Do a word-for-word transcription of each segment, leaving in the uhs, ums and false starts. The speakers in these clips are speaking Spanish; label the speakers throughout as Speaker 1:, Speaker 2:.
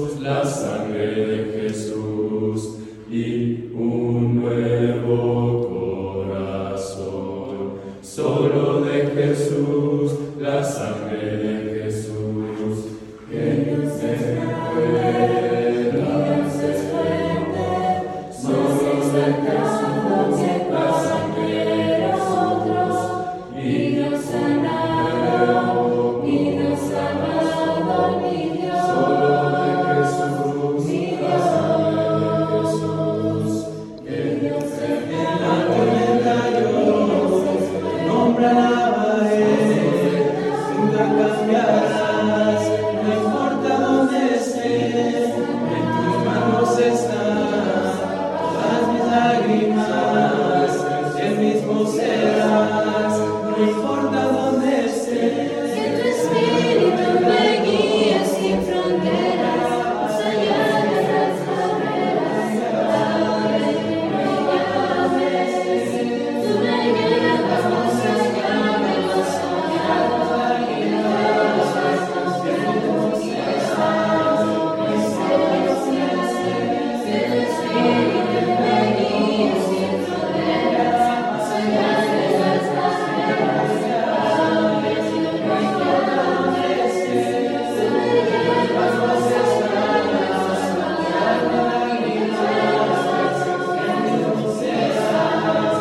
Speaker 1: la sangre de Jesús y un nuevo corazón. Solo de Jesús, la sangre de Jesús, que Dios se pueda ser. Solo de Jesús, la sangre de nosotros, y Dios sanado, y Dios sanado, mi Dios. Solo de Jesús, mi Dios, la sangre de Jesús, que Dios se pueda ser. Nombre alabaré, nunca cambiarás, no importa dónde estés, en tus manos están todas mis lágrimas, el mismo serás, no importa dónde estés.
Speaker 2: Que tu espíritu me guíe sin fronteras, más allá de las barreras, a donde tú me llames. Tú me llevas más allá de lo soñado, y de los pasos que tú quieras. Que tu espíritu me guíe sin fronteras, más allá de las barreras, a donde tú me llames. Tú me llevas más allá de lo soñado, y de los pasos que tú quieras.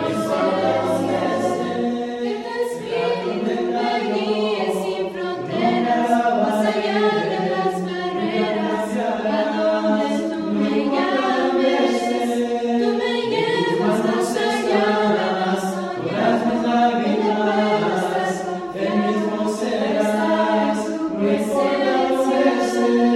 Speaker 2: Que tu espíritu me guíe sin fronteras, más allá de las barreras, a donde tú me llames. Tú me llevas más allá de lo soñado, y de los pasos que tú quieras. Que seas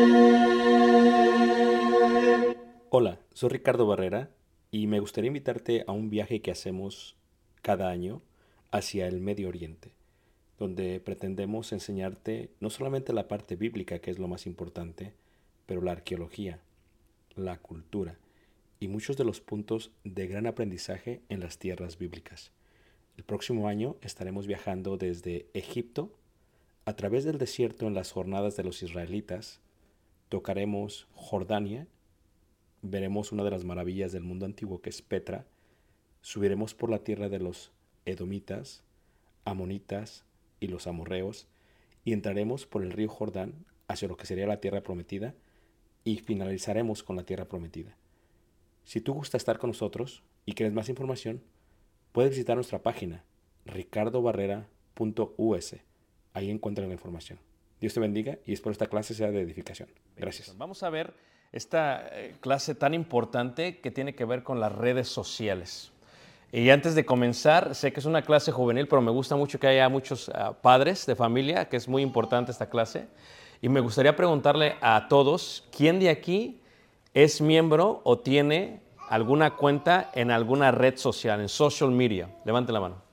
Speaker 3: Hola, soy Ricardo Barrera y me gustaría invitarte a un viaje que hacemos cada año hacia el Medio Oriente, donde pretendemos enseñarte no solamente la parte bíblica, que es lo más importante, pero la arqueología, la cultura y muchos de los puntos de gran aprendizaje en las tierras bíblicas. El próximo año estaremos viajando desde Egipto a través del desierto en las jornadas de los israelitas, tocaremos Jordania, veremos una de las maravillas del mundo antiguo que es Petra, subiremos por la tierra de los edomitas, amonitas y los amorreos y entraremos por el río Jordán hacia lo que sería la tierra prometida y finalizaremos con la tierra prometida. Si tú gusta estar con nosotros y quieres más información, puedes visitar nuestra página ricardo barrera punto u s. Ahí encuentras la información. Dios te bendiga y espero esta clase sea de edificación. Gracias.
Speaker 4: Vamos a ver esta eh, clase tan importante que tiene que ver con las redes sociales. Y antes de comenzar, sé que es una clase juvenil, pero me gusta mucho que haya muchos uh, padres de familia, que es muy importante esta clase. Y me gustaría preguntarle a todos, ¿quién de aquí es miembro o tiene alguna cuenta en alguna red social, en social media? Levante la mano.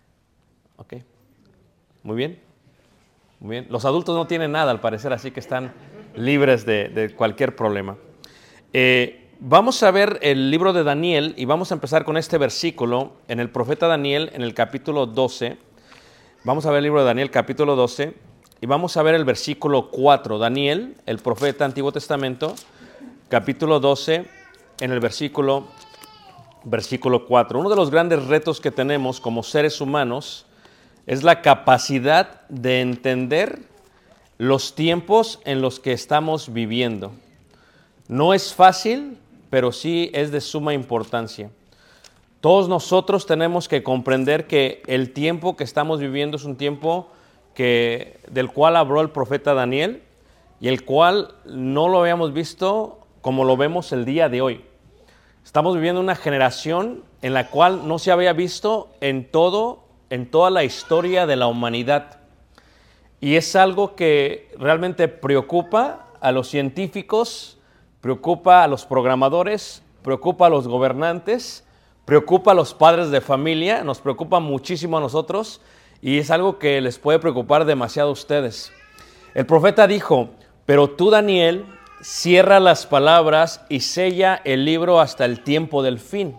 Speaker 4: Ok. Muy bien. Muy bien. Los adultos no tienen nada, al parecer, así que están libres de, de cualquier problema. Eh, vamos a ver el libro de Daniel y vamos a empezar con este versículo en el profeta Daniel, en el capítulo doce. Vamos a ver el libro de Daniel, capítulo doce, y vamos a ver el versículo cuatro. Daniel, el profeta Antiguo Testamento, capítulo doce, en el versículo, versículo cuatro. Uno de los grandes retos que tenemos como seres humanos es la capacidad de entender los tiempos en los que estamos viviendo. No es fácil, pero sí es de suma importancia. Todos nosotros tenemos que comprender que el tiempo que estamos viviendo es un tiempo que, del cual habló el profeta Daniel y el cual no lo habíamos visto como lo vemos el día de hoy. Estamos viviendo una generación en la cual no se había visto en todo, en toda la historia de la humanidad. Y es algo que realmente preocupa a los científicos, preocupa a los programadores, preocupa a los gobernantes, preocupa a los padres de familia, nos preocupa muchísimo a nosotros y es algo que les puede preocupar demasiado a ustedes. El profeta dijo, pero tú, Daniel, cierra las palabras y sella el libro hasta el tiempo del fin.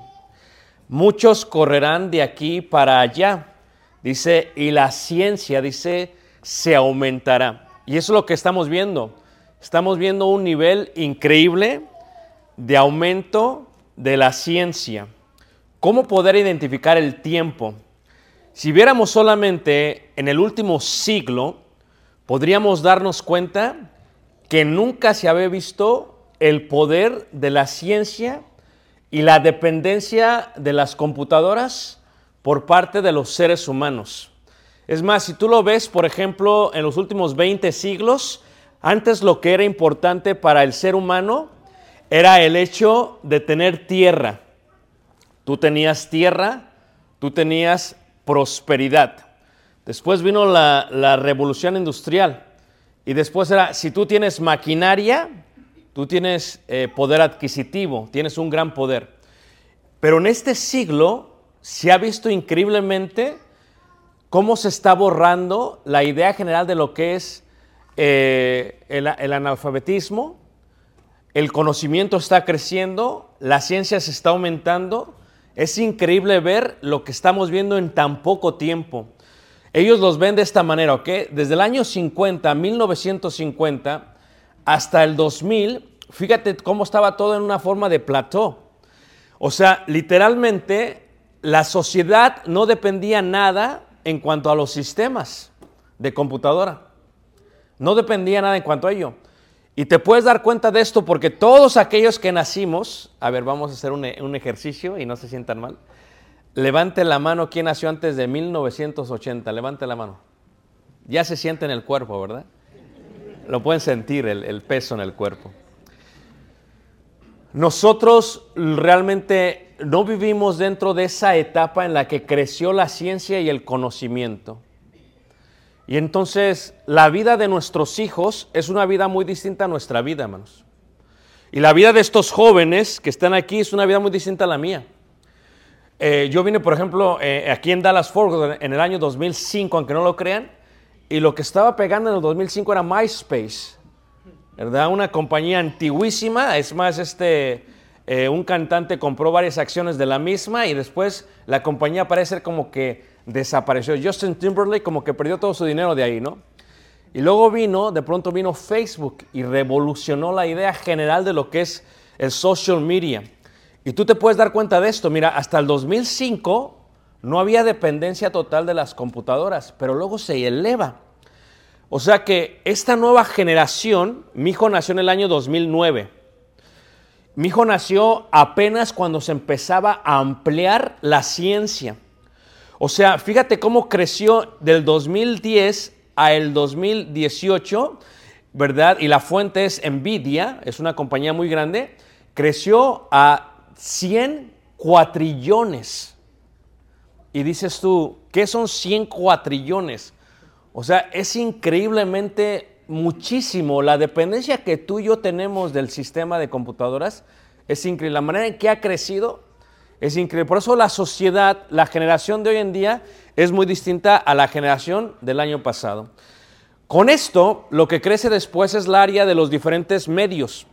Speaker 4: Muchos correrán de aquí para allá, dice, y la ciencia, dice, se aumentará. Y eso es lo que estamos viendo. estamos viendo un nivel increíble de aumento de la ciencia. ¿Cómo poder identificar el tiempo? Si viéramos solamente en el último siglo, podríamos darnos cuenta que nunca se había visto el poder de la ciencia y la dependencia de las computadoras por parte de los seres humanos. Es más, si tú lo ves, por ejemplo, en los últimos veinte siglos, antes lo que era importante para el ser humano era el hecho de tener tierra. Tú tenías tierra, tú tenías prosperidad. Después vino la, la revolución industrial y después era, si tú tienes maquinaria, tú tienes eh, poder adquisitivo, tienes un gran poder. Pero en este siglo se ha visto increíblemente cómo se está borrando la idea general de lo que es eh, el, el analfabetismo. El conocimiento está creciendo, la ciencia se está aumentando. Es increíble ver lo que estamos viendo en tan poco tiempo. Ellos los ven de esta manera, ¿ok? Desde el año cincuenta, mil novecientos cincuenta, hasta el dos mil, fíjate cómo estaba todo en una forma de plató. O sea, literalmente, la sociedad no dependía nada en cuanto a los sistemas de computadora. No dependía nada en cuanto a ello. Y te puedes dar cuenta de esto porque todos aquellos que nacimos, a ver, vamos a hacer un, un ejercicio y no se sientan mal. Levante la mano, ¿quién nació antes de mil novecientos ochenta? Levante la mano. Ya se siente en el cuerpo, ¿verdad? Lo pueden sentir, el, el peso en el cuerpo. Nosotros realmente no vivimos dentro de esa etapa en la que creció la ciencia y el conocimiento. Y entonces la vida de nuestros hijos es una vida muy distinta a nuestra vida, hermanos. Y la vida de estos jóvenes que están aquí es una vida muy distinta a la mía. Eh, yo vine, por ejemplo, eh, aquí en Dallas Fort Worth en el año dos mil cinco, aunque no lo crean, y lo que estaba pegando en el dos mil cinco era MySpace, ¿verdad? Una compañía antiguísima. Es más, este, eh, un cantante compró varias acciones de la misma y después la compañía parece ser como que desapareció. Justin Timberlake como que perdió todo su dinero de ahí, ¿no? Y luego vino, de pronto vino Facebook y revolucionó la idea general de lo que es el social media. Y tú te puedes dar cuenta de esto. Mira, hasta el dos mil cinco no había dependencia total de las computadoras, pero luego se eleva. O sea que esta nueva generación, mi hijo nació en el año dos mil nueve. Mi hijo nació apenas cuando se empezaba a ampliar la ciencia. O sea, fíjate cómo creció del dos mil diez a el dos mil dieciocho, ¿verdad? Y la fuente es Nvidia, es una compañía muy grande. Creció a cien cuatrillones. Y dices tú, ¿qué son cien cuatrillones? O sea, es increíblemente muchísimo. La dependencia que tú y yo tenemos del sistema de computadoras es increíble. La manera en que ha crecido es increíble. Por eso la sociedad, la generación de hoy en día es muy distinta a la generación del año pasado. Con esto, lo que crece después es el área de los diferentes medios.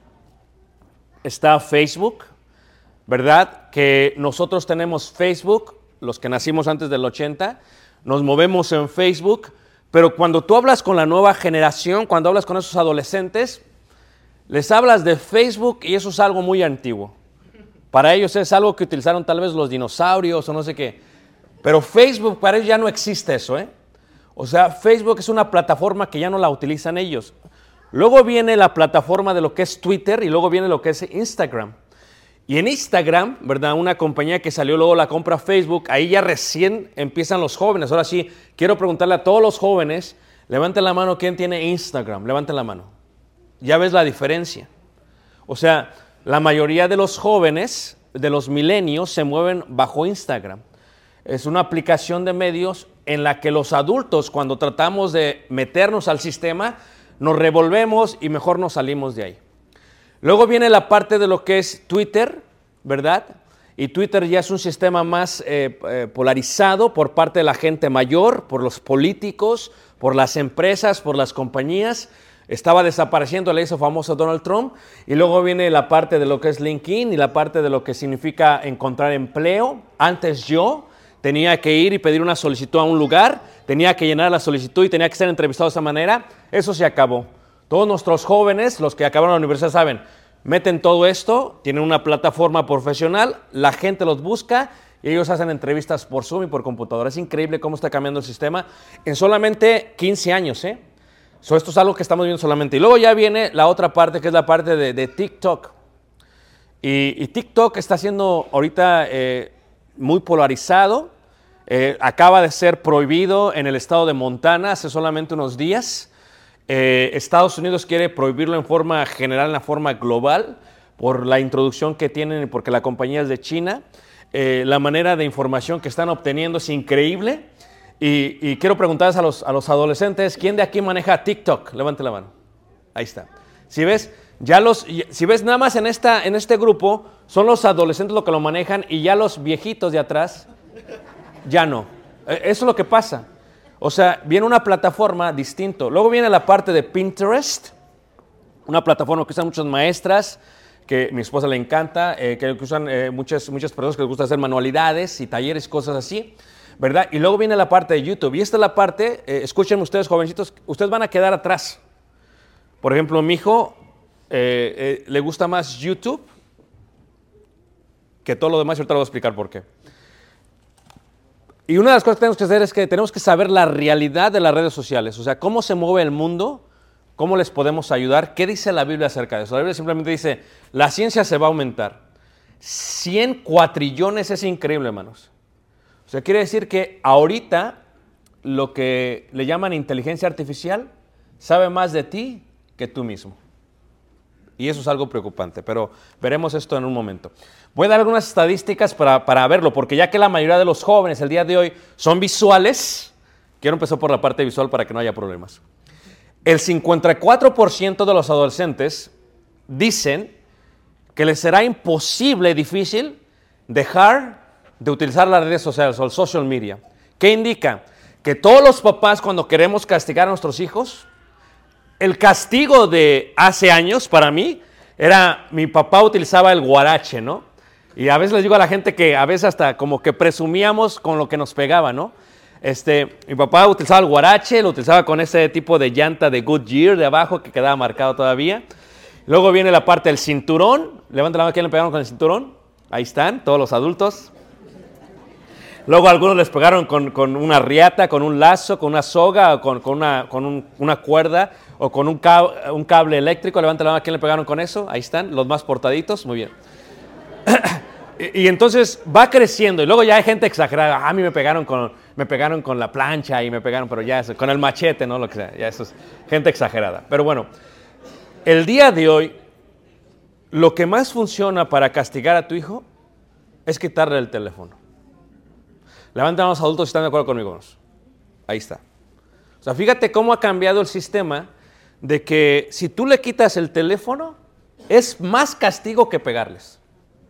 Speaker 4: Está Facebook, ¿verdad? Que nosotros tenemos Facebook, los que nacimos antes del ochenta, nos movemos en Facebook, pero cuando tú hablas con la nueva generación, cuando hablas con esos adolescentes, les hablas de Facebook y eso es algo muy antiguo. Para ellos es algo que utilizaron tal vez los dinosaurios o no sé qué. Pero Facebook, para ellos ya no existe eso, ¿eh? O sea, Facebook es una plataforma que ya no la utilizan ellos. Luego viene la plataforma de lo que es Twitter y luego viene lo que es Instagram. Y en Instagram, ¿verdad? Una compañía que salió, luego la compra Facebook, ahí ya recién empiezan los jóvenes. Ahora sí, quiero preguntarle a todos los jóvenes, levanten la mano, ¿quién tiene Instagram? Levanten la mano. Ya ves la diferencia. O sea, la mayoría de los jóvenes, de los milenios, se mueven bajo Instagram. Es una aplicación de medios en la que los adultos, cuando tratamos de meternos al sistema, nos revolvemos y mejor nos salimos de ahí. Luego viene la parte de lo que es Twitter, ¿verdad? Y Twitter ya es un sistema más eh, eh, polarizado por parte de la gente mayor, por los políticos, por las empresas, por las compañías. Estaba desapareciendo, le hizo famoso Donald Trump. Y luego viene la parte de lo que es LinkedIn y la parte de lo que significa encontrar empleo. Antes yo tenía que ir y pedir una solicitud a un lugar, tenía que llenar la solicitud y tenía que ser entrevistado de esa manera. Eso se acabó. Todos nuestros jóvenes, los que acabaron la universidad saben, meten todo esto, tienen una plataforma profesional, la gente los busca y ellos hacen entrevistas por Zoom y por computadora. Es increíble cómo está cambiando el sistema en solamente quince años, ¿eh? So, esto es algo que estamos viendo solamente. Y luego ya viene la otra parte, que es la parte de, de TikTok. Y, y TikTok está siendo ahorita eh, muy polarizado. Eh, acaba de ser prohibido en el estado de Montana hace solamente unos días. Eh, Estados Unidos quiere prohibirlo en forma general, en la forma global, por la introducción que tienen y porque la compañía es de China. Eh, la manera de información que están obteniendo es increíble. Y, y quiero preguntarles a los, a los adolescentes, ¿quién de aquí maneja TikTok? Levante la mano. Ahí está. Si ves, ya los, si ves nada más en, esta, en este grupo, son los adolescentes los que lo manejan y ya los viejitos de atrás, ya no. Eso es lo que pasa. O sea, viene una plataforma distinta. Luego viene la parte de Pinterest, una plataforma que usan muchas maestras, que a mi esposa le encanta, eh, que usan eh, muchas, muchas personas que les gusta hacer manualidades y talleres, cosas así, ¿verdad? Y luego viene la parte de YouTube. Y esta es la parte, eh, escuchen ustedes, jovencitos, ustedes van a quedar atrás. Por ejemplo, mi hijo eh, eh, le gusta más YouTube que todo lo demás, y ahorita le voy a explicar por qué. Y una de las cosas que tenemos que hacer es que tenemos que saber la realidad de las redes sociales, o sea, cómo se mueve el mundo, cómo les podemos ayudar, qué dice la Biblia acerca de eso. La Biblia simplemente dice, la ciencia se va a aumentar. cien cuatrillones es increíble, hermanos. O sea, quiere decir que ahorita lo que le llaman inteligencia artificial sabe más de ti que tú mismo. Y eso es algo preocupante, pero veremos esto en un momento. Voy a dar algunas estadísticas para, para verlo, porque ya que la mayoría de los jóvenes el día de hoy son visuales, quiero empezar por la parte visual para que no haya problemas. El cincuenta y cuatro por ciento de los adolescentes dicen que les será imposible, difícil, dejar de utilizar las redes sociales o el social media. ¿Qué indica? Que todos los papás, cuando queremos castigar a nuestros hijos, el castigo de hace años para mí era, mi papá utilizaba el guarache, ¿no? Y a veces les digo a la gente que a veces hasta como que presumíamos con lo que nos pegaba, ¿no? Este, mi papá utilizaba el guarache, lo utilizaba con ese tipo de llanta de Goodyear de abajo que quedaba marcado todavía. Luego viene la parte del cinturón. Levanten la mano, ¿quién le pegaron con el cinturón? Ahí están, todos los adultos. Luego algunos les pegaron con, con una riata, con un lazo, con una soga, o con, con, una, con un, una cuerda o con un, cab un cable eléctrico. Levanten la mano, ¿quién le pegaron con eso? Ahí están, los más portaditos, muy bien. y, y entonces va creciendo y luego ya hay gente exagerada. Ah, a mí me pegaron con, me pegaron con la plancha y me pegaron, pero ya eso, con el machete, ¿no? Lo que sea, ya eso es gente exagerada. Pero bueno, el día de hoy, lo que más funciona para castigar a tu hijo es quitarle el teléfono. Levanten a los adultos si están de acuerdo conmigo. Ahí está. O sea, fíjate cómo ha cambiado el sistema de que si tú le quitas el teléfono, es más castigo que pegarles.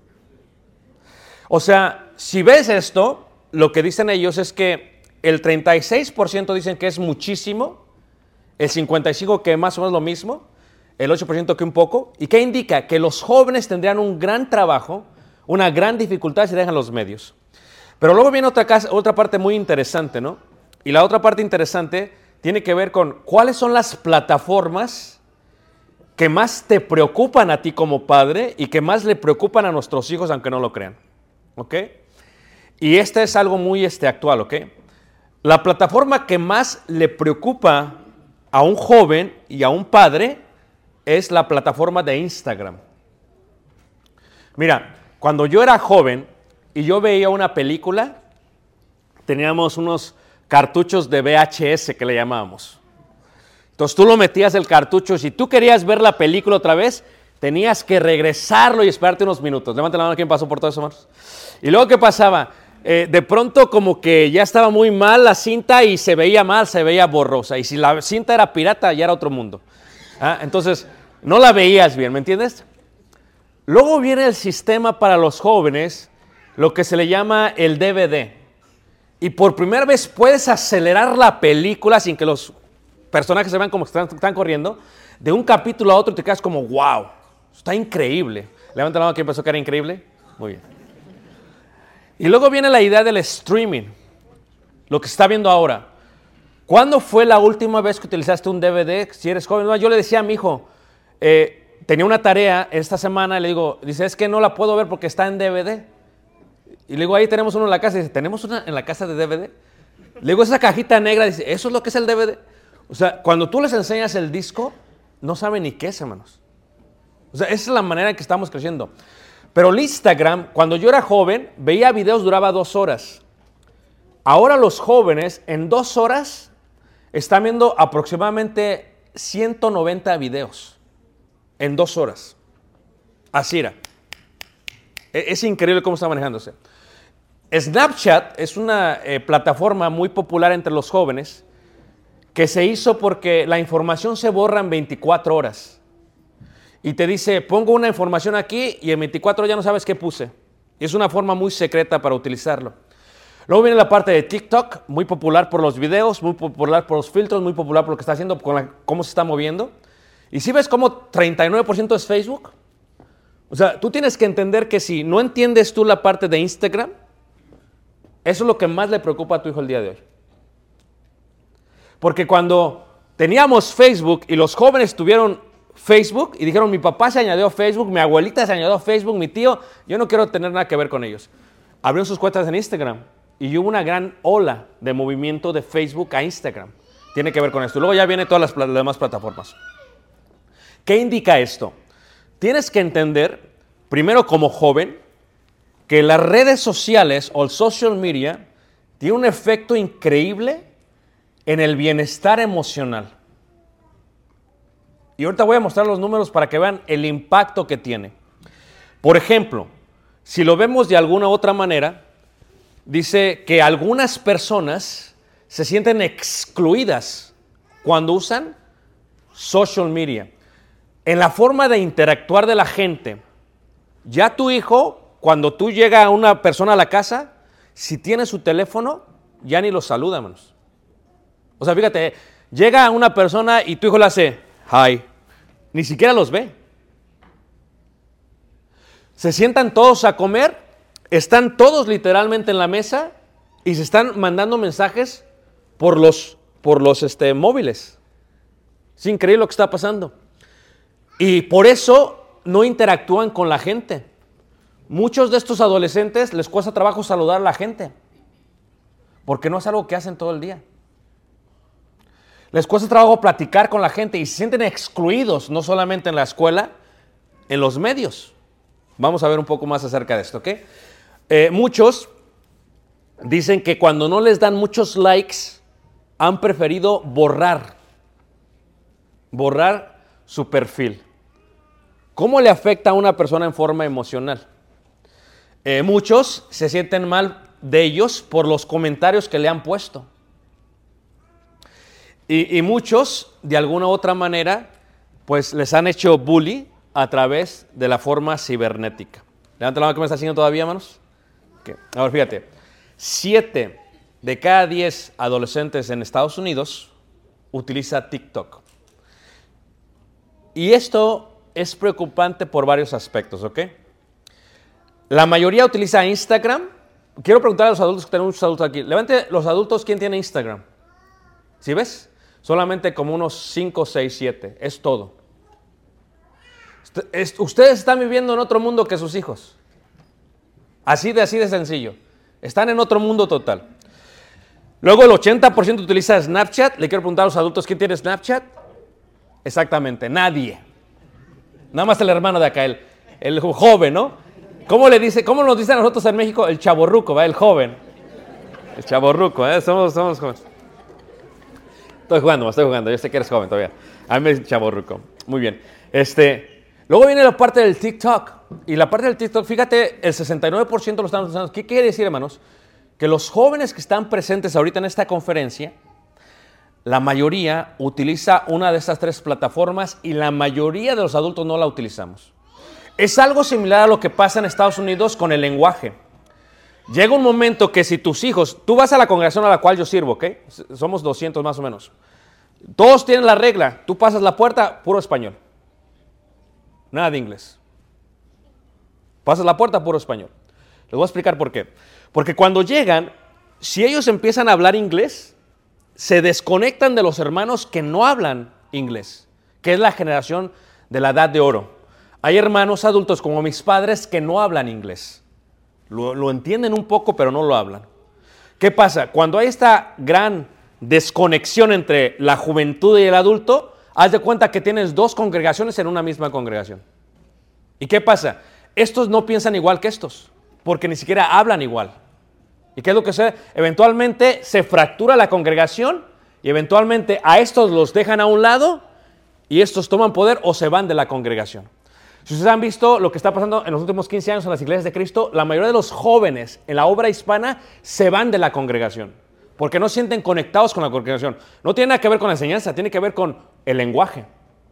Speaker 4: O sea, si ves esto, lo que dicen ellos es que el treinta y seis por ciento dicen que es muchísimo, el cincuenta y cinco por ciento que más o menos lo mismo, el ocho por ciento que un poco. ¿Y qué indica? Que los jóvenes tendrían un gran trabajo, una gran dificultad si dejan los medios. Pero luego viene otra, casa, otra parte muy interesante, ¿no? Y la otra parte interesante tiene que ver con cuáles son las plataformas que más te preocupan a ti como padre y que más le preocupan a nuestros hijos, aunque no lo crean, ¿ok? Y este es algo muy este, actual, ¿ok? La plataforma que más le preocupa a un joven y a un padre es la plataforma de Instagram. Mira, cuando yo era joven y yo veía una película, teníamos unos cartuchos de V H S que le llamábamos. Entonces tú lo metías el cartucho, si tú querías ver la película otra vez, tenías que regresarlo y esperarte unos minutos. Levanten la mano, ¿quién pasó por todo eso, hermanos? Y luego, ¿qué pasaba? Eh, de pronto como que ya estaba muy mal la cinta y se veía mal, se veía borrosa. Y si la cinta era pirata, ya era otro mundo. ¿Ah? Entonces, no la veías bien, ¿me entiendes? Luego viene el sistema para los jóvenes, lo que se le llama el D V D. Y por primera vez puedes acelerar la película sin que los personajes se vean como que están, están corriendo. De un capítulo a otro te quedas como, wow, está increíble. Levanta la mano, ¿quién pensó que era increíble? Muy bien. Y luego viene la idea del streaming, lo que se está viendo ahora. ¿cuándo fue la última vez que utilizaste un D V D? Si eres joven, no, yo le decía a mi hijo, eh, tenía una tarea esta semana, y le digo, dice, es que no la puedo ver porque está en D V D. Y le digo, ahí tenemos uno en la casa. Y dice, ¿tenemos una en la casa de D V D? Le digo, esa cajita negra, dice, ¿eso es lo que es el D V D? O sea, cuando tú les enseñas el disco, no saben ni qué es, hermanos. O sea, esa es la manera en que estamos creciendo. Pero el Instagram, cuando yo era joven, veía videos, duraba dos horas. Ahora los jóvenes, en dos horas, están viendo aproximadamente ciento noventa videos. En dos horas. Así era. Es increíble cómo está manejándose. Snapchat es una eh, plataforma muy popular entre los jóvenes que se hizo porque la información se borra en veinticuatro horas. Y te dice, pongo una información aquí y en veinticuatro ya no sabes qué puse. Y es una forma muy secreta para utilizarlo. Luego viene la parte de TikTok, muy popular por los videos, muy popular por los filtros, muy popular por lo que está haciendo, con la, cómo se está moviendo. Y si ves cómo treinta y nueve por ciento es Facebook. O sea, tú tienes que entender que si no entiendes tú la parte de Instagram, eso es lo que más le preocupa a tu hijo el día de hoy. Porque cuando teníamos Facebook y los jóvenes tuvieron Facebook y dijeron, mi papá se añadió a Facebook, mi abuelita se añadió a Facebook, mi tío, yo no quiero tener nada que ver con ellos. Abrieron sus cuentas en Instagram y hubo una gran ola de movimiento de Facebook a Instagram. Tiene que ver con esto. Luego ya vienen todas las, las demás plataformas. ¿Qué indica esto? Tienes que entender, primero como joven, que las redes sociales o el social media tiene un efecto increíble en el bienestar emocional. Y ahorita voy a mostrar los números para que vean el impacto que tiene. Por ejemplo, si lo vemos de alguna otra manera, dice que algunas personas se sienten excluidas cuando usan social media. En la forma de interactuar de la gente, ya tu hijo, cuando tú llega a una persona a la casa, si tiene su teléfono, ya ni lo saluda, hermanos. O sea, fíjate, llega una persona y tu hijo le hace, hi, ni siquiera los ve. Se sientan todos a comer, están todos literalmente en la mesa y se están mandando mensajes por los, por los este, móviles. Es increíble lo que está pasando. Y por eso no interactúan con la gente. Muchos de estos adolescentes les cuesta trabajo saludar a la gente, porque no es algo que hacen todo el día. Les cuesta trabajo platicar con la gente y se sienten excluidos, no solamente en la escuela, en los medios. Vamos a ver un poco más acerca de esto, ¿ok? Eh, muchos dicen que cuando no les dan muchos likes, han preferido borrar, borrar su perfil. ¿Cómo le afecta a una persona en forma emocional? Eh, muchos se sienten mal de ellos por los comentarios que le han puesto. Y, y muchos, de alguna u otra manera, pues les han hecho bully a través de la forma cibernética. Levanta la mano que me está haciendo todavía, hermanos. Okay. Ahora fíjate, siete de cada diez adolescentes en Estados Unidos utiliza TikTok. Y esto es preocupante por varios aspectos, ¿ok? La mayoría utiliza Instagram. Quiero preguntar a los adultos, que tenemos muchos adultos aquí. Levante los adultos, ¿quién tiene Instagram? ¿Sí ves? Solamente como unos cinco, seis, siete. Es todo. Ustedes están viviendo en otro mundo que sus hijos. Así de, así de sencillo. Están en otro mundo total. Luego el ochenta por ciento utiliza Snapchat. Le quiero preguntar a los adultos, ¿quién tiene Snapchat? Exactamente, nadie. Nada más el hermano de acá, el, el joven, ¿no? ¿Cómo le dice, cómo nos dicen a nosotros en México? El chavorruco, ¿va? El joven. El chavorruco, ¿eh? Somos, somos jóvenes. Estoy jugando, estoy jugando. Yo sé que eres joven todavía. A mí me dicen chavorruco. Muy bien. Este, luego viene la parte del TikTok. Y la parte del TikTok, fíjate, el sesenta y nueve por ciento lo están utilizando. ¿Qué quiere decir, hermanos? Que los jóvenes que están presentes ahorita en esta conferencia, la mayoría utiliza una de estas tres plataformas y la mayoría de los adultos no la utilizamos. Es algo similar a lo que pasa en Estados Unidos con el lenguaje. Llega un momento que si tus hijos, tú vas a la congregación a la cual yo sirvo, ¿ok? Somos doscientos más o menos. Todos tienen la regla, tú pasas la puerta, puro español. Nada de inglés. Pasas la puerta, puro español. Les voy a explicar por qué. Porque cuando llegan, si ellos empiezan a hablar inglés, se desconectan de los hermanos que no hablan inglés, que es la generación de la edad de oro. Hay hermanos adultos como mis padres que no hablan inglés. Lo, lo entienden un poco, pero no lo hablan. ¿Qué pasa? Cuando hay esta gran desconexión entre la juventud y el adulto, haz de cuenta que tienes dos congregaciones en una misma congregación. ¿Y qué pasa? Estos no piensan igual que estos, porque ni siquiera hablan igual. ¿Y qué es lo que sucede? Eventualmente se fractura la congregación y eventualmente a estos los dejan a un lado y estos toman poder o se van de la congregación. Si ustedes han visto lo que está pasando en los últimos quince años en las iglesias de Cristo, la mayoría de los jóvenes en la obra hispana se van de la congregación porque no se sienten conectados con la congregación. No tiene nada que ver con la enseñanza, tiene que ver con el lenguaje.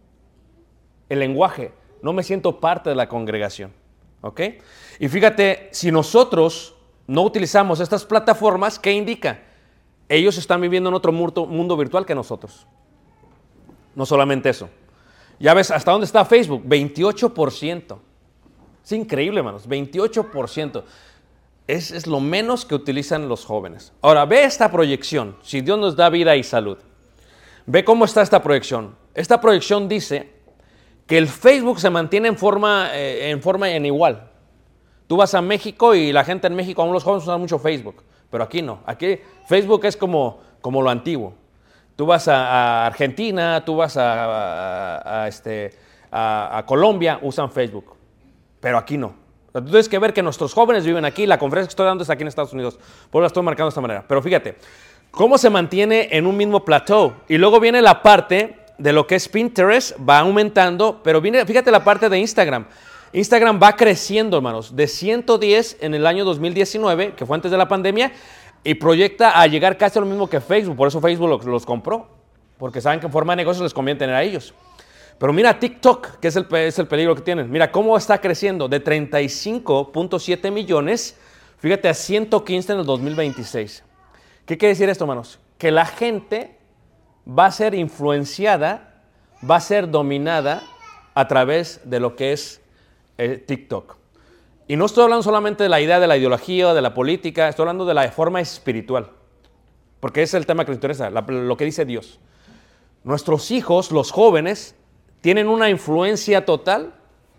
Speaker 4: El lenguaje. No me siento parte de la congregación. ¿Ok? Y fíjate, si nosotros no utilizamos estas plataformas, ¿qué indica? Ellos están viviendo en otro mundo, mundo virtual que nosotros. No solamente eso. Ya ves, ¿hasta dónde está Facebook? veintiocho por ciento. Es increíble, hermanos. veintiocho por ciento. Es, es lo menos que utilizan los jóvenes. Ahora, ve esta proyección. Si Dios nos da vida y salud. Ve cómo está esta proyección. Esta proyección dice que el Facebook se mantiene en forma, eh, en forma en igual. Tú vas a México y la gente en México, aún los jóvenes usan mucho Facebook, pero aquí no. Aquí Facebook es como, como lo antiguo. Tú vas a, a Argentina, tú vas a, a, a, este, a, a Colombia, usan Facebook, pero aquí no. Tú tienes que ver que nuestros jóvenes viven aquí, la conferencia que estoy dando es aquí en Estados Unidos, por eso la estoy marcando de esta manera. Pero fíjate, cómo se mantiene en un mismo plateau. Y luego viene la parte de lo que es Pinterest, va aumentando, pero viene, fíjate la parte de Instagram. Instagram va creciendo, hermanos, de ciento diez en el año dos mil diecinueve, que fue antes de la pandemia, y proyecta a llegar casi a lo mismo que Facebook. Por eso Facebook los, los compró, porque saben que en forma de negocios les conviene tener a ellos. Pero mira TikTok, que es el, es el peligro que tienen. Mira cómo está creciendo de treinta y cinco punto siete millones, fíjate, a ciento quince en el dos mil veintiséis. ¿Qué quiere decir esto, hermanos? Que la gente va a ser influenciada, va a ser dominada a través de lo que es eh, TikTok. Y no estoy hablando solamente de la idea de la ideología o de la política, estoy hablando de la forma espiritual, porque ese es el tema que nos interesa, la, lo que dice Dios. Nuestros hijos, los jóvenes, tienen una influencia total,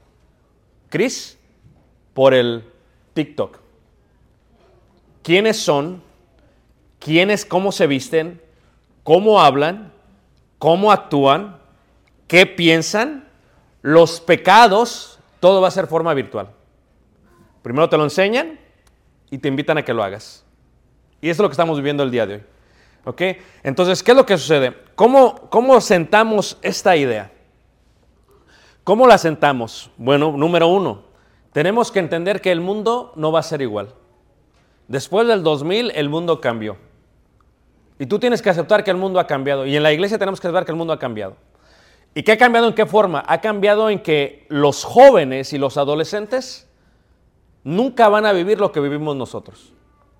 Speaker 4: Chris, por el TikTok. ¿Quiénes son? ¿Quiénes, cómo se visten? ¿Cómo hablan? ¿Cómo actúan? ¿Qué piensan? Los pecados, todo va a ser forma virtual. Primero te lo enseñan y te invitan a que lo hagas. Y eso es lo que estamos viviendo el día de hoy. ¿Ok? Entonces, ¿qué es lo que sucede? ¿Cómo, cómo sentamos esta idea? ¿Cómo la sentamos? Bueno, número uno, tenemos que entender que el mundo no va a ser igual. Después del dos mil, el mundo cambió. Y tú tienes que aceptar que el mundo ha cambiado. Y en la iglesia tenemos que aceptar que el mundo ha cambiado. ¿Y qué ha cambiado en qué forma? Ha cambiado en que los jóvenes y los adolescentes nunca van a vivir lo que vivimos nosotros.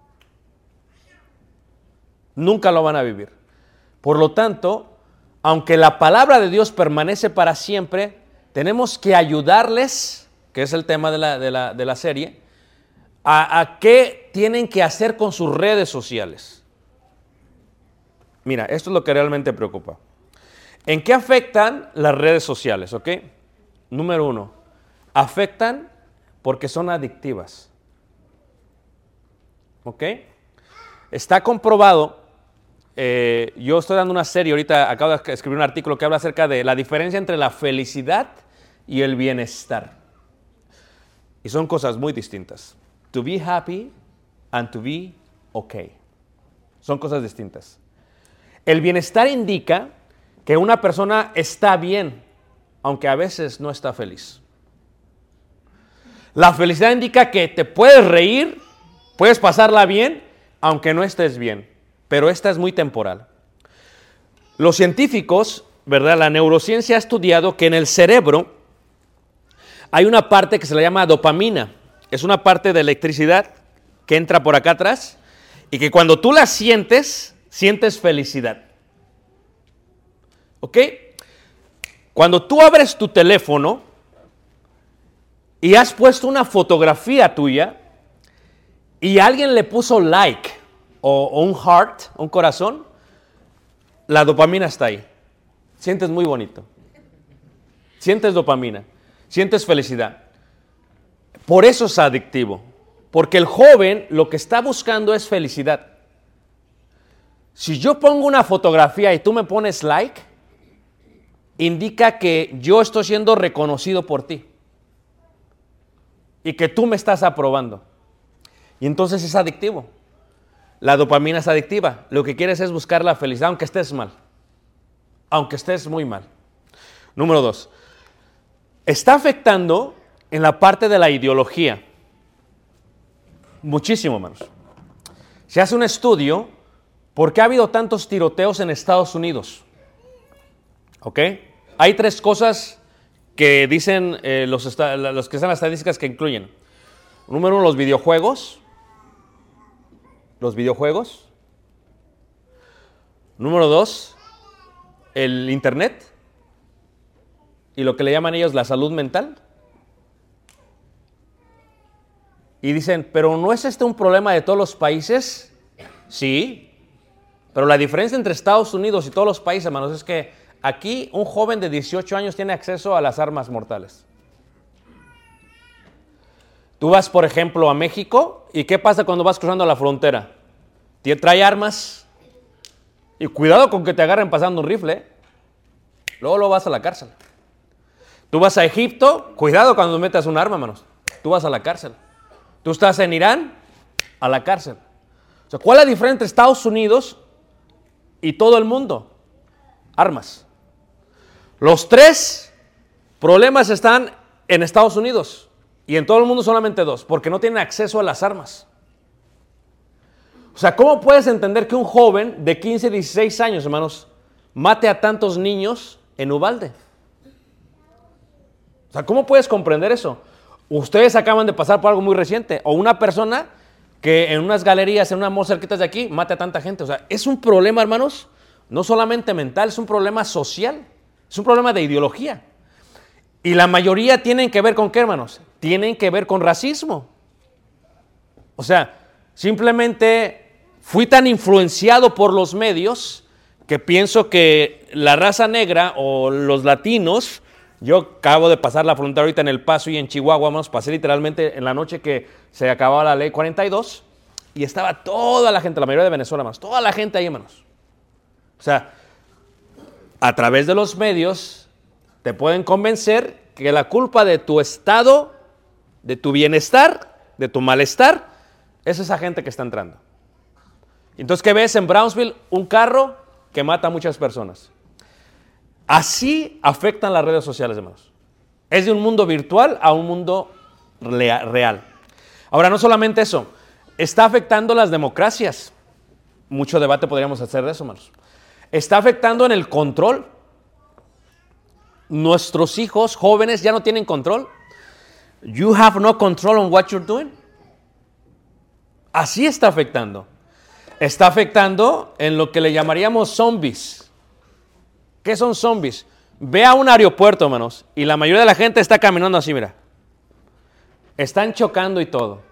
Speaker 4: Nunca lo van a vivir. Por lo tanto, aunque la palabra de Dios permanece para siempre, tenemos que ayudarles, que es el tema de la, de la, de la serie, a, a qué tienen que hacer con sus redes sociales. Mira, esto es lo que realmente preocupa. ¿En qué afectan las redes sociales? ¿Ok? Número uno, afectan porque son adictivas. ¿Ok? Está comprobado, eh, yo estoy dando una serie, ahorita acabo de escribir un artículo que habla acerca de la diferencia entre la felicidad y el bienestar. Y son cosas muy distintas. To be happy and to be okay. Son cosas distintas. El bienestar indica que una persona está bien, aunque a veces no está feliz. La felicidad indica que te puedes reír, puedes pasarla bien, aunque no estés bien, pero esta es muy temporal. Los científicos, ¿verdad? La neurociencia ha estudiado que en el cerebro hay una parte que se le llama dopamina. Es una parte de electricidad que entra por acá atrás y que cuando tú la sientes, sientes felicidad. ¿Ok? Cuando tú abres tu teléfono y has puesto una fotografía tuya y alguien le puso like o, o un heart, un corazón, la dopamina está ahí. Sientes muy bonito. Sientes dopamina. Sientes felicidad. Por eso es adictivo. Porque el joven lo que está buscando es felicidad. Si yo pongo una fotografía y tú me pones like, indica que yo estoy siendo reconocido por ti. Y que tú me estás aprobando. Y entonces es adictivo. La dopamina es adictiva. Lo que quieres es buscar la felicidad, aunque estés mal. Aunque estés muy mal. Número dos. Está afectando en la parte de la ideología. Muchísimo, hermanos. Se hace un estudio por qué ha habido tantos tiroteos en Estados Unidos. ¿Ok? Hay tres cosas que dicen eh, los, los que están las estadísticas que incluyen. Número uno, los videojuegos. Los videojuegos. Número dos, el internet. Y lo que le llaman ellos la salud mental. Y dicen, pero ¿no es este un problema de todos los países? Sí. Pero la diferencia entre Estados Unidos y todos los países, hermanos, es que aquí un joven de dieciocho años tiene acceso a las armas mortales. Tú vas, por ejemplo, a México, ¿y qué pasa cuando vas cruzando la frontera? Te trae armas, y cuidado con que te agarren pasando un rifle, ¿eh? Luego lo vas a la cárcel. Tú vas a Egipto, cuidado cuando metas un arma, hermanos, tú vas a la cárcel. Tú estás en Irán, a la cárcel. O sea, ¿cuál es la diferencia entre Estados Unidos y todo el mundo? Armas. Los tres problemas están en Estados Unidos y en todo el mundo solamente dos, porque no tienen acceso a las armas. O sea, ¿cómo puedes entender que un joven de quince, dieciséis años, hermanos, mate a tantos niños en Uvalde? O sea, ¿cómo puedes comprender eso? Ustedes acaban de pasar por algo muy reciente, o una persona que en unas galerías, en unas malls cerquitas de aquí, mate a tanta gente. O sea, es un problema, hermanos, no solamente mental, es un problema social, es un problema de ideología. Y la mayoría tienen que ver con ¿qué, hermanos? Tienen que ver con racismo. O sea, simplemente fui tan influenciado por los medios que pienso que la raza negra o los latinos, yo acabo de pasar la frontera ahorita en El Paso y en Chihuahua, hermanos, pasé literalmente en la noche que se acababa la ley cuarenta y dos y estaba toda la gente, la mayoría de Venezuela, hermanos, toda la gente ahí, hermanos. O sea, a través de los medios te pueden convencer que la culpa de tu estado, de tu bienestar, de tu malestar, es esa gente que está entrando. Entonces, ¿qué ves en Brownsville? Un carro que mata a muchas personas. Así afectan las redes sociales, hermanos. Es de un mundo virtual a un mundo real. Ahora, no solamente eso, está afectando las democracias. Mucho debate podríamos hacer de eso, hermanos. Está afectando en el control. Nuestros hijos jóvenes ya no tienen control. You have no control on what you're doing. Así está afectando. Está afectando en lo que le llamaríamos zombies. ¿Qué son zombies? Ve a un aeropuerto, hermanos, y la mayoría de la gente está caminando así, mira. Están chocando y todo.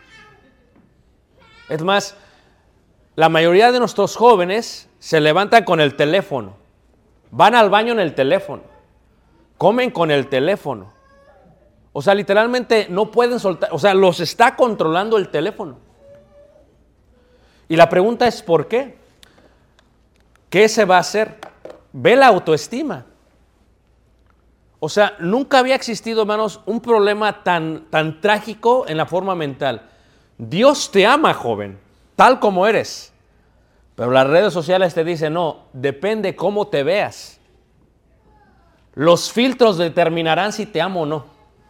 Speaker 4: Es más, la mayoría de nuestros jóvenes se levantan con el teléfono. Van al baño en el teléfono. Comen con el teléfono. O sea, literalmente no pueden soltar. O sea, los está controlando el teléfono. Y la pregunta es ¿por qué? ¿Qué se va a hacer? Ve la autoestima. O sea, nunca había existido, hermanos, un problema tan, tan trágico en la forma mental. Dios te ama, joven, tal como eres. Pero las redes sociales te dicen, no, depende cómo te veas. Los filtros determinarán si te amo o no.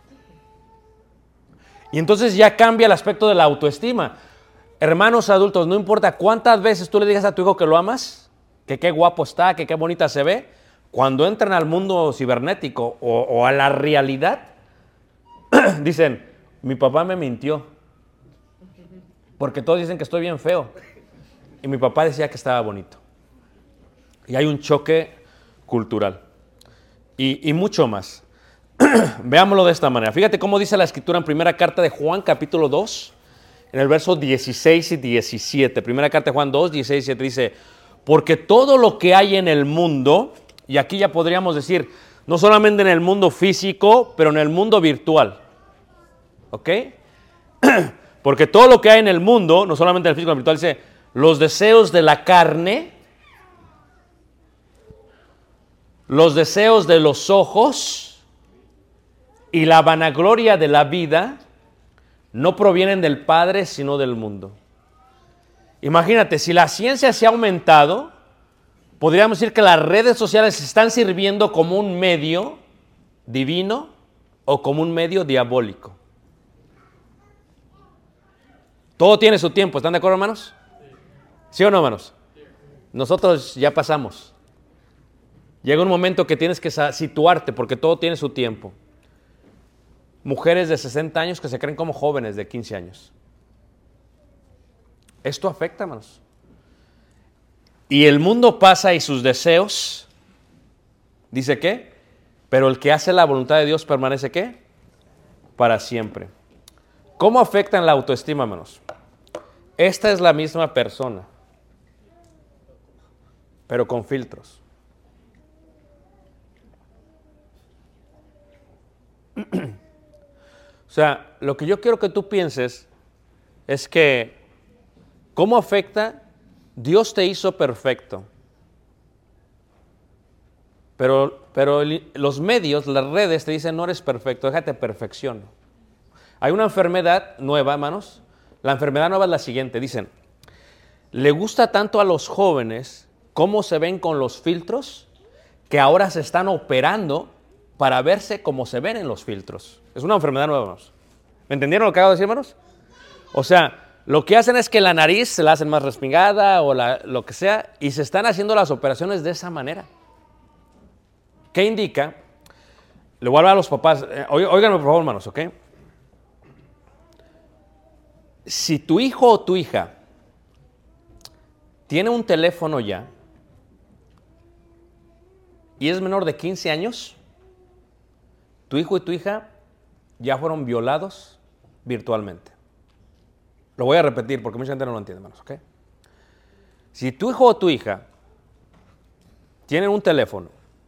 Speaker 4: Y entonces ya cambia el aspecto de la autoestima. Hermanos adultos, no importa cuántas veces tú le digas a tu hijo que lo amas, que qué guapo está, que qué bonita se ve, cuando entran al mundo cibernético o, o a la realidad, dicen, mi papá me mintió, porque todos dicen que estoy bien feo, y mi papá decía que estaba bonito. Y hay un choque cultural, y, y mucho más. Veámoslo de esta manera. Fíjate cómo dice la Escritura en primera carta de Juan, capítulo dos, en el verso dieciséis y diecisiete. Primera carta de Juan dos, dieciséis y diecisiete dice, Porque todo lo que hay en el mundo, y aquí ya podríamos decir, no solamente en el mundo físico, pero en el mundo virtual. ¿Ok? Porque todo lo que hay en el mundo, no solamente en el físico, en el virtual, dice, los deseos de la carne, los deseos de los ojos y la vanagloria de la vida no provienen del Padre, sino del mundo. Imagínate, si la ciencia se ha aumentado, podríamos decir que las redes sociales están sirviendo como un medio divino o como un medio diabólico. Todo tiene su tiempo, ¿están de acuerdo, hermanos? ¿Sí o no, hermanos? Nosotros ya pasamos. Llega un momento que tienes que situarte porque todo tiene su tiempo. Mujeres de sesenta años que se creen como jóvenes de quince años. Esto afecta, hermanos. Y el mundo pasa y sus deseos, ¿dice qué? Pero el que hace la voluntad de Dios permanece ¿qué? Para siempre. ¿Cómo afectan la autoestima, hermanos? Esta es la misma persona, pero con filtros. O sea, lo que yo quiero que tú pienses es que ¿cómo afecta? Dios te hizo perfecto. Pero, pero el, los medios, las redes te dicen no eres perfecto, déjate perfecciono. Hay una enfermedad nueva, hermanos. La enfermedad nueva es la siguiente. Dicen, le gusta tanto a los jóvenes cómo se ven con los filtros que ahora se están operando para verse como se ven en los filtros. Es una enfermedad nueva, hermanos. ¿Me entendieron lo que acabo de decir, hermanos? O sea, lo que hacen es que la nariz se la hacen más respingada o la, lo que sea, y se están haciendo las operaciones de esa manera. ¿Qué indica? Le voy a hablar a los papás. Eh, óiganme, por favor, hermanos, ¿ok? Si tu hijo o tu hija tiene un teléfono ya y es menor de quince años, tu hijo y tu hija ya fueron violados virtualmente. Lo voy a repetir porque mucha gente no lo entiende, hermanos, ¿ok? Si tu hijo o tu hija tienen un teléfono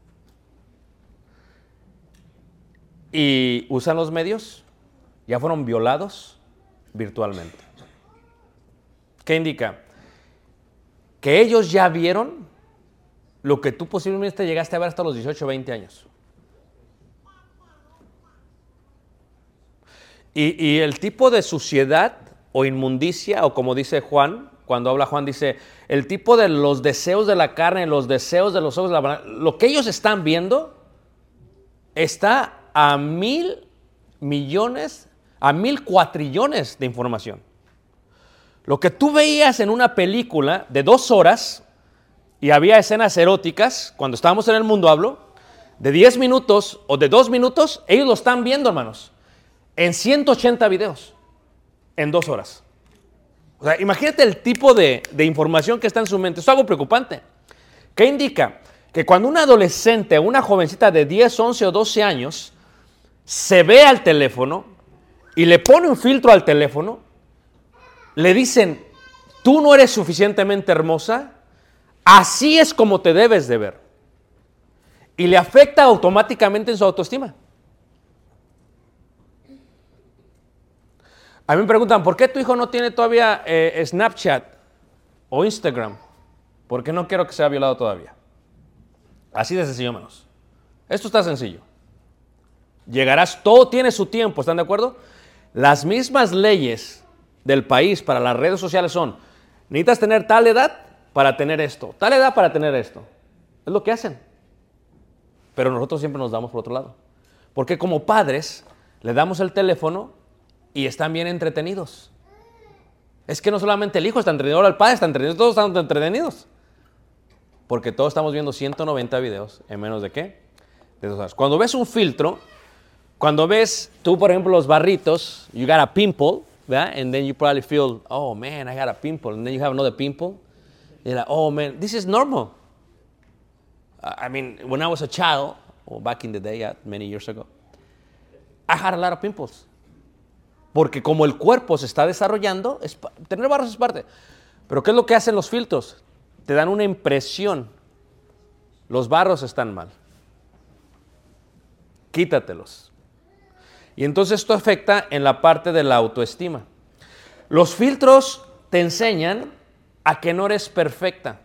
Speaker 4: y usan los medios, ya fueron violados virtualmente. ¿Qué indica? Que ellos ya vieron lo que tú posiblemente llegaste a ver hasta los dieciocho o veinte años. Y, y el tipo de suciedad o inmundicia, o como dice Juan, cuando habla Juan, dice, el tipo de los deseos de la carne, los deseos de los ojos, la, lo que ellos están viendo está a mil millones, a mil cuatrillones de información. Lo que tú veías en una película de dos horas, y había escenas eróticas, cuando estábamos en el mundo hablo, de diez minutos o de dos minutos, ellos lo están viendo, hermanos, en ciento ochenta videos. En dos horas. O sea, imagínate el tipo de, de información que está en su mente. Esto es algo preocupante. ¿Qué indica? Que cuando un adolescente o una jovencita de diez, once o doce años se ve al teléfono y le pone un filtro al teléfono, le dicen, tú no eres suficientemente hermosa, así es como te debes de ver. Y le afecta automáticamente en su autoestima. A mí me preguntan, ¿por qué tu hijo no tiene todavía eh, Snapchat o Instagram? Porque no quiero que sea violado todavía. Así de sencillo, hermanos. Esto está sencillo. Llegarás, todo tiene su tiempo, ¿están de acuerdo? Las mismas leyes del país para las redes sociales son, necesitas tener tal edad para tener esto, tal edad para tener esto. Es lo que hacen. Pero nosotros siempre nos damos por otro lado. Porque como padres le damos el teléfono y están bien entretenidos. Es que no solamente el hijo está entretenido, ahora el padre está entretenido, todos están entretenidos. Porque todos estamos viendo ciento noventa videos en menos de ¿qué? De dos horas. Cuando ves un filtro, cuando ves tú, por ejemplo, los barritos, you got a pimple, ¿verdad? And then you probably feel, oh man, I got a pimple. And then you have another pimple. And you're like, oh man, this is normal. I mean, when I was a child, or back in the day, yeah, many years ago, I had a lot of pimples. Porque como el cuerpo se está desarrollando, es, tener barros es parte. Pero ¿qué es lo que hacen los filtros? te dan una impresión. Los barros están mal. Quítatelos. Y entonces esto afecta en la parte de la autoestima. Los filtros te enseñan a que no eres perfecta.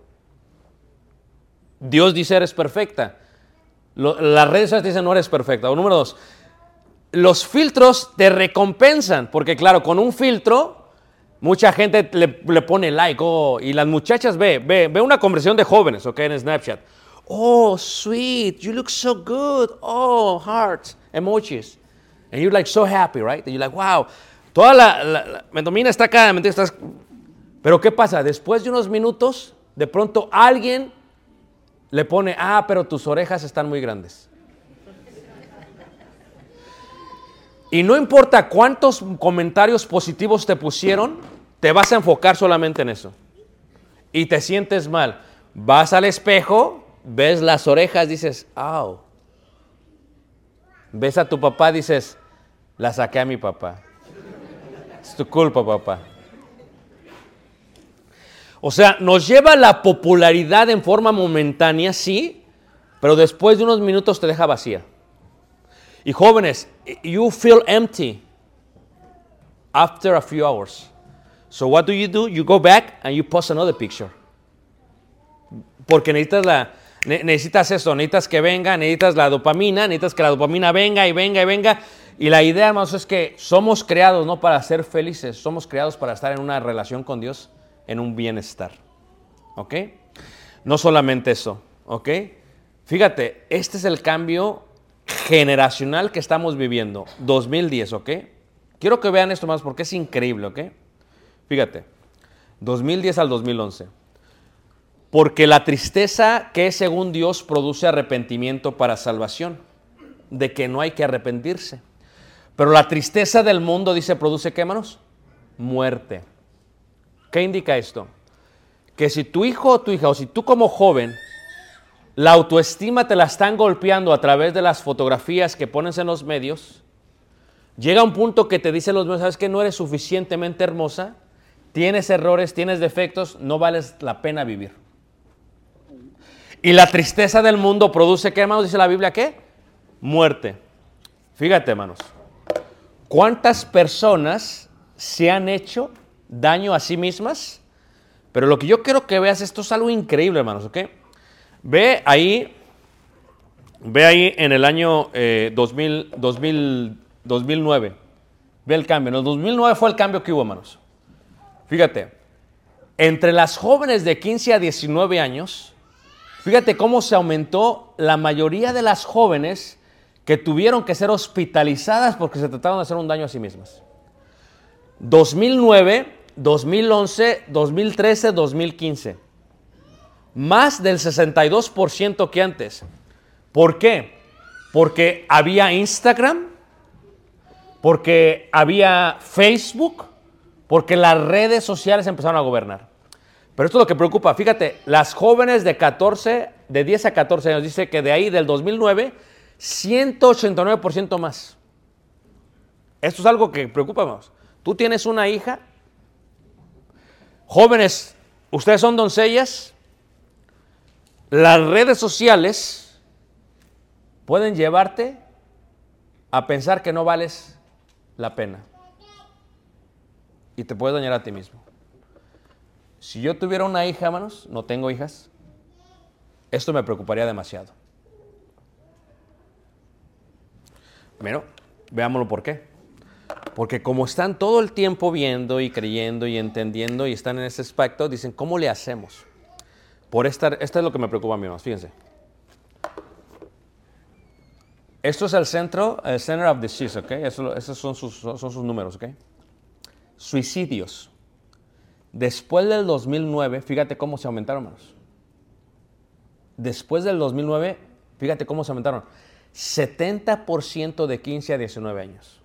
Speaker 4: Dios dice eres perfecta. Lo, las redes sociales dicen no eres perfecta. O número dos, los filtros te recompensan, porque claro, con un filtro mucha gente le, le pone like, oh, y las muchachas ve, ve, ve una conversación de jóvenes, ok, en Snapchat. Oh, sweet, you look so good. Oh, hearts, emojis. And you're like so happy, right? And you're like, wow. Toda la, la, la mentomina está acá, ¿me entiendes? Estás... Pero ¿qué pasa? Después de unos minutos, de pronto alguien le pone, ah, pero tus orejas están muy grandes. Y no importa cuántos comentarios positivos te pusieron, te vas a enfocar solamente en eso. Y te sientes mal. Vas al espejo, ves las orejas, dices, au. Ves a tu papá, dices, la saqué a mi papá. Es tu culpa, papá. O sea, nos lleva la popularidad en forma momentánea, sí, pero después de unos minutos te deja vacía. Y jóvenes, you feel empty after a few hours. So what do you do? You go back and you post another picture. Porque necesitas la, ne- necesitas eso, necesitas que venga, necesitas la dopamina, necesitas que la dopamina venga y venga y venga. Y la idea, hermanos, es que somos creados no para ser felices, somos creados para estar en una relación con Dios, en un bienestar. ¿Ok? No solamente eso, ¿ok? Fíjate, este es el cambio generacional que estamos viviendo, dos mil diez, ¿ok? Quiero que vean esto más porque es increíble, ¿ok? Fíjate, dos mil diez al dos mil once. Porque la tristeza que según Dios produce arrepentimiento para salvación, de que no hay que arrepentirse. Pero la tristeza del mundo, dice, produce, ¿qué, hermanos? Muerte. ¿Qué indica esto? Que si tu hijo o tu hija, o si tú como joven, la autoestima te la están golpeando a través de las fotografías que pones en los medios, llega un punto que te dicen los medios, ¿sabes qué? No eres suficientemente hermosa, tienes errores, tienes defectos, no vales la pena vivir. Y la tristeza del mundo produce, ¿qué, hermanos? Dice la Biblia, ¿qué? Muerte. Fíjate, hermanos, ¿cuántas personas se han hecho daño a sí mismas? Pero lo que yo quiero que veas, esto es algo increíble, hermanos, ¿ok? Ve ahí, ve ahí en el año eh, dos mil, dos mil, dos mil nueve, ve el cambio. En el dos mil nueve fue el cambio que hubo, hermanos. Fíjate, entre las jóvenes de quince a diecinueve años, fíjate cómo se aumentó la mayoría de las jóvenes que tuvieron que ser hospitalizadas porque se trataron de hacer un daño a sí mismas. dos mil nueve, dos mil once, dos mil trece, dos mil quince. Más del sesenta y dos por ciento que antes. ¿Por qué? Porque había Instagram, porque había Facebook, porque las redes sociales empezaron a gobernar. Pero esto es lo que preocupa. Fíjate, las jóvenes de catorce, de diez a catorce años, dice que de ahí, del dos mil nueve, ciento ochenta y nueve por ciento más. Esto es algo que preocupa más. Tú tienes una hija. Jóvenes, ustedes son doncellas. Las redes sociales pueden llevarte a pensar que no vales la pena. Y te puedes dañar a ti mismo. Si yo tuviera una hija, hermanos, no tengo hijas, esto me preocuparía demasiado. Bueno, veámoslo por qué. Porque como están todo el tiempo viendo y creyendo y entendiendo y están en ese aspecto, dicen, ¿cómo le hacemos? Por esta, esto es lo que me preocupa a mí, hermanos, fíjense. Esto es el centro, el Center of Disease, ¿ok? Eso, esos son sus, son sus números, ¿ok? Suicidios. Después del dos mil nueve, fíjate cómo se aumentaron, hermanos. Después del dos mil nueve, fíjate cómo se aumentaron. setenta por ciento de quince a diecinueve años.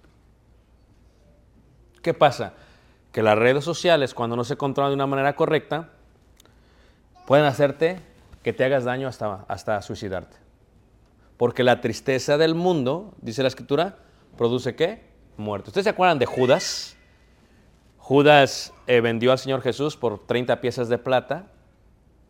Speaker 4: ¿Qué pasa? Que las redes sociales, cuando no se controlan de una manera correcta, pueden hacerte que te hagas daño hasta, hasta suicidarte. Porque la tristeza del mundo, dice la Escritura, produce ¿qué? Muerte. ¿Ustedes se acuerdan de Judas? Judas eh, vendió al Señor Jesús por treinta piezas de plata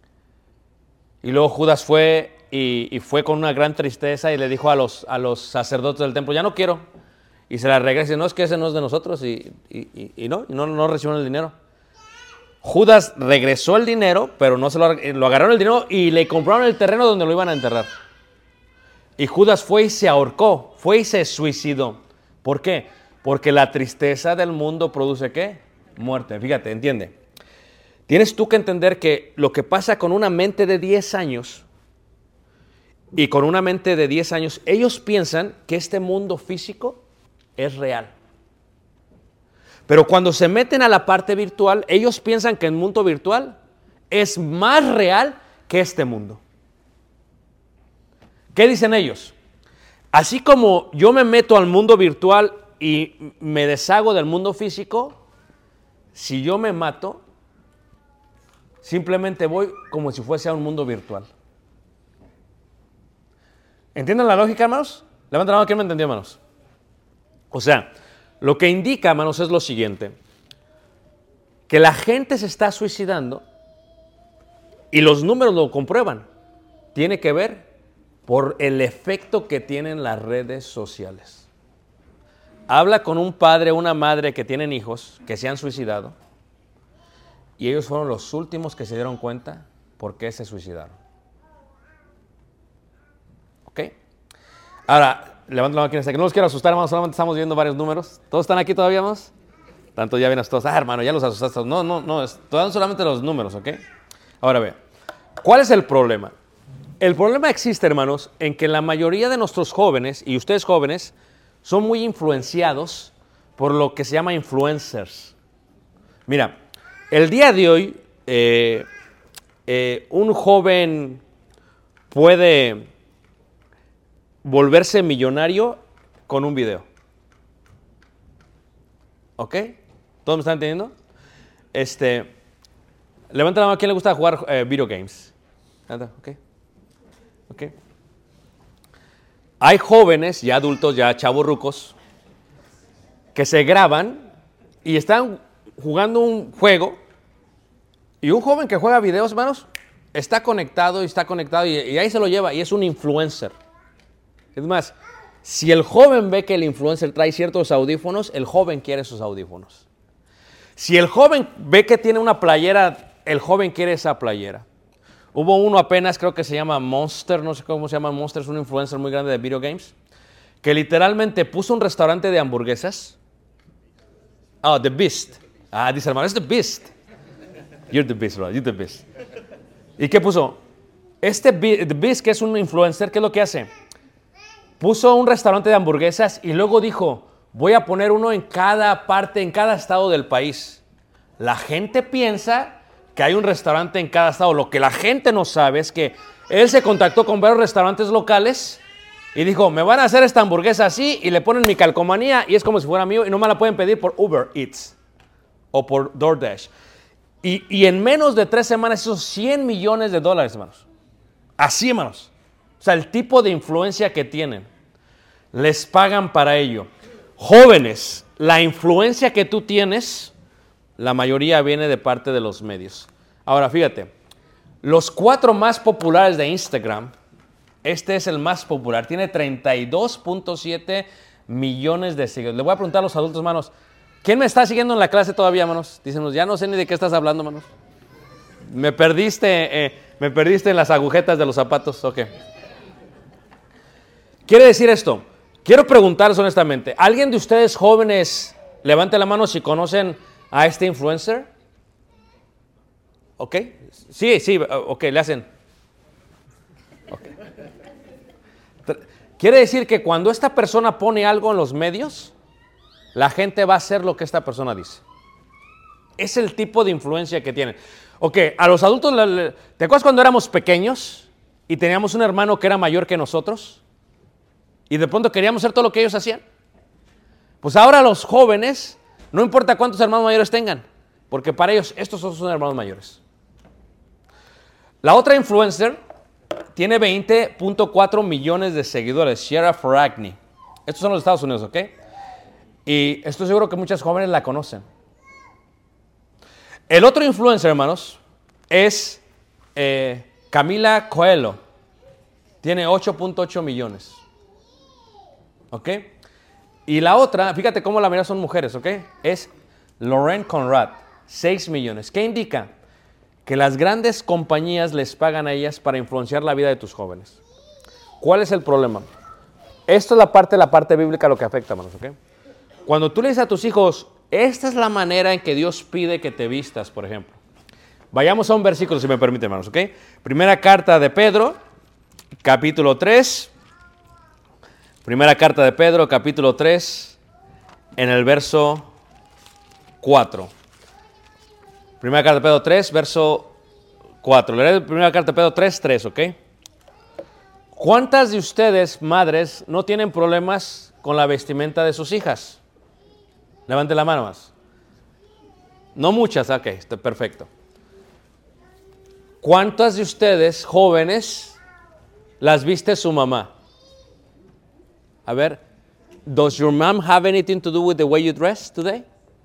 Speaker 4: Y luego Judas fue y, y fue con una gran tristeza y le dijo a los, a los sacerdotes del templo, ya no quiero. Y se la regresa y no, es que ese no es de nosotros y, y, y, y no, y no, no recibieron el dinero. Judas regresó el dinero, pero no se lo, lo agarraron el dinero y le compraron el terreno donde lo iban a enterrar. Y Judas fue y se ahorcó, fue y se suicidó. ¿Por qué? Porque la tristeza del mundo produce ¿qué? Muerte. Fíjate, entiende. Tienes tú que entender que lo que pasa con una mente de diez años y con una mente de diez años, ellos piensan que este mundo físico es real. Pero cuando se meten a la parte virtual, ellos piensan que el mundo virtual es más real que este mundo. ¿Qué dicen ellos? Así como yo me meto al mundo virtual y me deshago del mundo físico, si yo me mato, simplemente voy como si fuese a un mundo virtual. ¿Entienden la lógica, hermanos? Levanten la mano, ¿quién me entendió, hermanos? O sea, lo que indica, hermanos, es lo siguiente. Que la gente se está suicidando y los números lo comprueban. Tiene que ver por el efecto que tienen las redes sociales. Habla con un padre o una madre que tienen hijos que se han suicidado y ellos fueron los últimos que se dieron cuenta por qué se suicidaron. ¿Ok? Ahora, levanten la mano quien está aquí. No los quiero asustar, hermanos, solamente estamos viendo varios números. ¿Todos están aquí todavía, hermanos? Tanto ya vienes todos. Ah, hermano, ya los asustaste. No, no, no, están solamente los números, ¿ok? Ahora ve, ¿cuál es el problema? El problema existe, hermanos, en que la mayoría de nuestros jóvenes, y ustedes jóvenes, son muy influenciados por lo que se llama influencers. Mira, el día de hoy, eh, eh, un joven puede volverse millonario con un video. ¿Ok? ¿Todos me están entendiendo? Este, levanta la mano a quien le gusta jugar eh, video games. ¿Ok? ¿Ok? Hay jóvenes, ya adultos, ya chavorrucos, que se graban y están jugando un juego. Y un joven que juega videos, hermanos, está conectado y está conectado y, y ahí se lo lleva y es un influencer. Es más, si el joven ve que el influencer trae ciertos audífonos, el joven quiere esos audífonos. Si el joven ve que tiene una playera, el joven quiere esa playera. Hubo uno apenas, creo que se llama Monster, no sé cómo se llama Monster, es un influencer muy grande de video games, que literalmente puso un restaurante de hamburguesas. Ah, oh, The Beast. Ah, dice hermano, es The Beast. You're the Beast, bro, you're the Beast. ¿Y qué puso? Este The Beast, que es un influencer, ¿qué es lo que hace? Puso un restaurante de hamburguesas y luego dijo, voy a poner uno en cada parte, en cada estado del país. La gente piensa que hay un restaurante en cada estado. Lo que la gente no sabe es que él se contactó con varios restaurantes locales y dijo, me van a hacer esta hamburguesa así y le ponen mi calcomanía y es como si fuera mío y no me la pueden pedir por Uber Eats o por DoorDash. Y, y en menos de tres semanas hizo cien millones de dólares, hermanos. Así, hermanos. O sea, el tipo de influencia que tienen. Les pagan para ello. Jóvenes, la influencia que tú tienes, la mayoría viene de parte de los medios. Ahora, fíjate, los cuatro más populares de Instagram, este es el más popular, tiene treinta y dos punto siete millones de seguidores. Le voy a preguntar a los adultos, hermanos, ¿quién me está siguiendo en la clase todavía, hermanos? Dícenos, ya no sé ni de qué estás hablando, hermanos. Me perdiste, eh, me perdiste en las agujetas de los zapatos. Ok. Quiere decir esto. Quiero preguntarles honestamente, ¿alguien de ustedes jóvenes, levante la mano si conocen a este influencer? ¿Ok? Sí, sí, ok, le hacen. Okay. Quiere decir que cuando esta persona pone algo en los medios, la gente va a hacer lo que esta persona dice. Es el tipo de influencia que tienen. Ok, a los adultos, ¿te acuerdas cuando éramos pequeños y teníamos un hermano que era mayor que nosotros? Y de pronto queríamos hacer todo lo que ellos hacían. Pues ahora los jóvenes, no importa cuántos hermanos mayores tengan, porque para ellos estos son sus hermanos mayores. La otra influencer tiene veinte punto cuatro millones de seguidores, Ciara Ferragni. Estos son los Estados Unidos, ¿ok? Y estoy seguro que muchos jóvenes la conocen. El otro influencer, hermanos, es eh, Camila Coelho tiene ocho punto ocho millones. ¿Ok? Y la otra, fíjate cómo la mayoría son mujeres, ¿ok? Es Lauren Conrad, seis millones. ¿Qué indica? Que las grandes compañías les pagan a ellas para influenciar la vida de tus jóvenes. ¿Cuál es el problema? Esto es la parte, la parte bíblica lo que afecta, hermanos, ¿ok? Cuando tú le dices a tus hijos, esta es la manera en que Dios pide que te vistas, por ejemplo. Vayamos a un versículo, si me permite, hermanos, ¿ok? Primera carta de Pedro, capítulo tres. Primera carta de Pedro, capítulo tres, en el verso cuatro. Primera carta de Pedro tres, verso cuatro. Leeré primera carta de Pedro tres, tres, ¿ok? ¿Cuántas de ustedes, madres, no tienen problemas con la vestimenta de sus hijas? Levante la mano más. No muchas, ok, está perfecto. ¿Cuántas de ustedes, jóvenes, las viste su mamá? A ver, does your mom have anything to do with the way you dress today?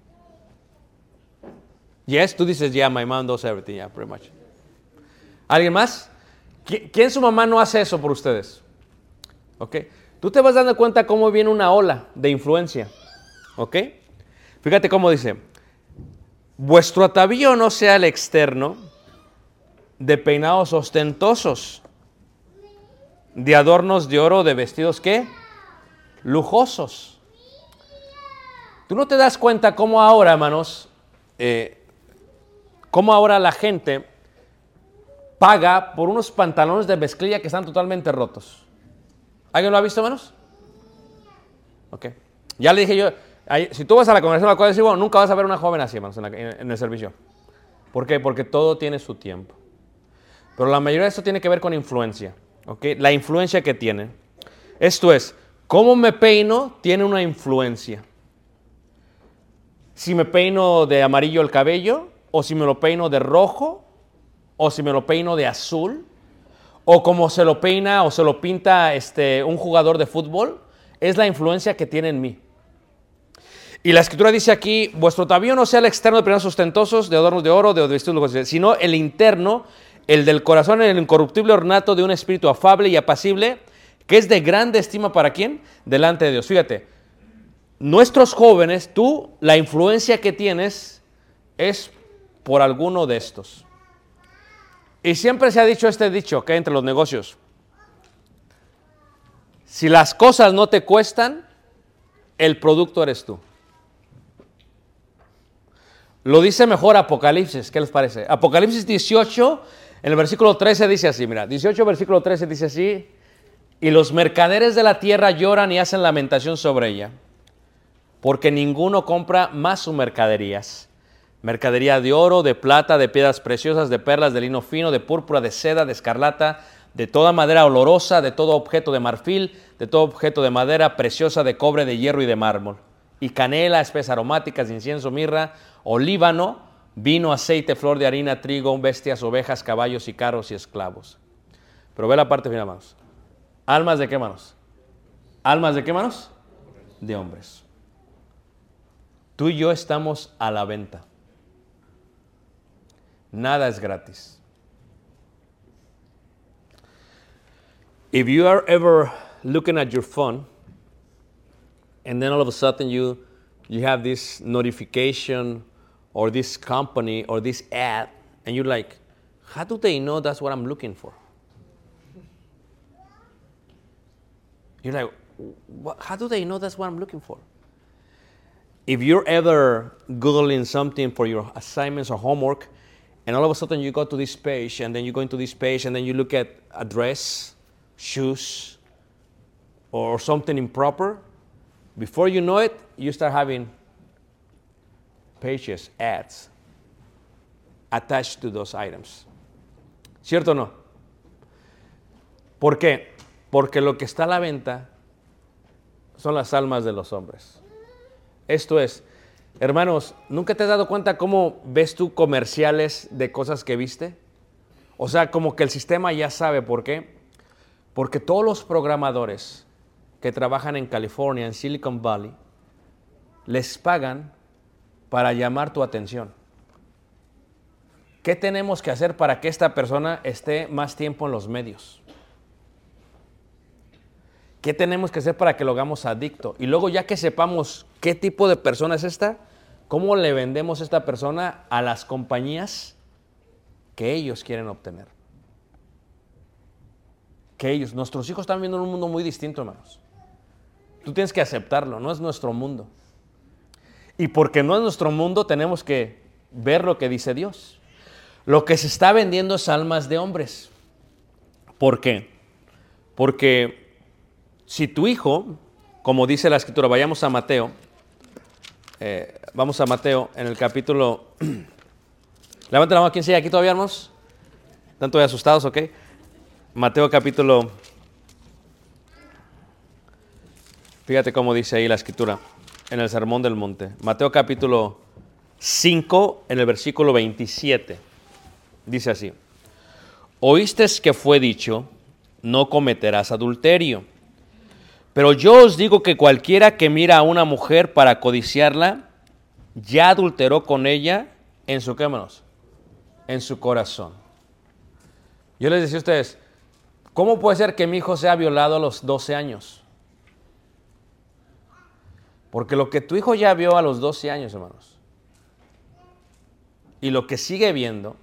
Speaker 4: Yes, tú dices, yeah, my mom does everything, yeah, pretty much. ¿Alguien más? ¿Quién su mamá no hace eso por ustedes? ¿Ok? Tú te vas dando cuenta cómo viene una ola de influencia. ¿Ok? Fíjate cómo dice, vuestro atavío no sea el externo de peinados ostentosos, de adornos de oro, de vestidos, ¿qué? Lujosos. Tú no te das cuenta cómo ahora, hermanos, eh, cómo ahora la gente paga por unos pantalones de mezclilla que están totalmente rotos. ¿Alguien lo ha visto, hermanos? Ok. Ya le dije yo, ahí, si tú vas a la congregación, la cual decir, bueno, nunca vas a ver una joven así, hermanos, en, la, en, en el servicio. ¿Por qué? Porque todo tiene su tiempo. Pero la mayoría de esto tiene que ver con influencia. ¿Ok? La influencia que tiene. Esto es, cómo me peino tiene una influencia. Si me peino de amarillo el cabello, o si me lo peino de rojo, o si me lo peino de azul, o como se lo peina o se lo pinta este, un jugador de fútbol, es la influencia que tiene en mí. Y la escritura dice aquí, vuestro atavío no sea el externo de peinados ostentosos, de adornos de oro, de vestidos, sino el interno, el del corazón, el incorruptible ornato de un espíritu afable y apacible, que es de grande estima para ¿quién? Delante de Dios. Fíjate, nuestros jóvenes, tú, la influencia que tienes es por alguno de estos. Y siempre se ha dicho este dicho, que entre los negocios, si las cosas no te cuestan, el producto eres tú. Lo dice mejor Apocalipsis, ¿qué les parece? Apocalipsis dieciocho, en el versículo trece dice así, mira, dieciocho, versículo trece dice así, y los mercaderes de la tierra lloran y hacen lamentación sobre ella, porque ninguno compra más sus mercaderías. Mercadería de oro, de plata, de piedras preciosas, de perlas, de lino fino, de púrpura, de seda, de escarlata, de toda madera olorosa, de todo objeto de marfil, de todo objeto de madera preciosa, de cobre, de hierro y de mármol. Y canela, especias aromáticas, incienso, mirra, olíbano, vino, aceite, flor de harina, trigo, bestias, ovejas, caballos y carros y esclavos. Pero ve la parte final, hermanos. ¿Almas de qué, hermanos? ¿Almas de qué, hermanos? De hombres. Tú y yo estamos a la venta. Nada es gratis. If you are ever looking at your phone and then all of a sudden you you have this notification or this company or this ad and you're like, how do they know that's what I'm looking for? You're like, what, how do they know that's what I'm looking for? If you're ever Googling something for your assignments or homework, and all of a sudden you go to this page, and then you go into this page, and then you look at a dress, shoes, or something improper, before you know it, you start having pages, ads, attached to those items. ¿Cierto o no? ¿Por qué? Porque lo que está a la venta son las almas de los hombres. Esto es, hermanos, ¿nunca te has dado cuenta cómo ves tú comerciales de cosas que viste? O sea, como que el sistema ya sabe por qué. Porque todos los programadores que trabajan en California, en Silicon Valley, les pagan para llamar tu atención. ¿qué tenemos que hacer para que esta persona esté más tiempo en los medios? ¿Qué tenemos que hacer para que lo hagamos adicto? Y luego ya que sepamos qué tipo de persona es esta, ¿cómo le vendemos a esta persona a las compañías que ellos quieren obtener? Que ellos, nuestros hijos están viendo un mundo muy distinto, hermanos. Tú tienes que aceptarlo, no es nuestro mundo. Y porque no es nuestro mundo, tenemos que ver lo que dice Dios. Lo que se está vendiendo es almas de hombres. ¿Por qué? Porque si tu hijo, como dice la Escritura, vayamos a Mateo, eh, vamos a Mateo en el capítulo... Levante la mano, ¿quién sigue aquí todavía, hermanos? ¿Están todavía asustados, ok? Mateo capítulo... Fíjate cómo dice ahí la Escritura, en el Sermón del Monte. Mateo capítulo cinco, en el versículo veintisiete. Dice así: Oíste que fue dicho, no cometerás adulterio. Pero yo os digo que cualquiera que mira a una mujer para codiciarla, ya adulteró con ella en su, ¿qué, hermanos? En su corazón. Yo les decía a ustedes, ¿cómo puede ser que mi hijo sea violado a los doce años? Porque lo que tu hijo ya vio a los doce años, hermanos, y lo que sigue viendo,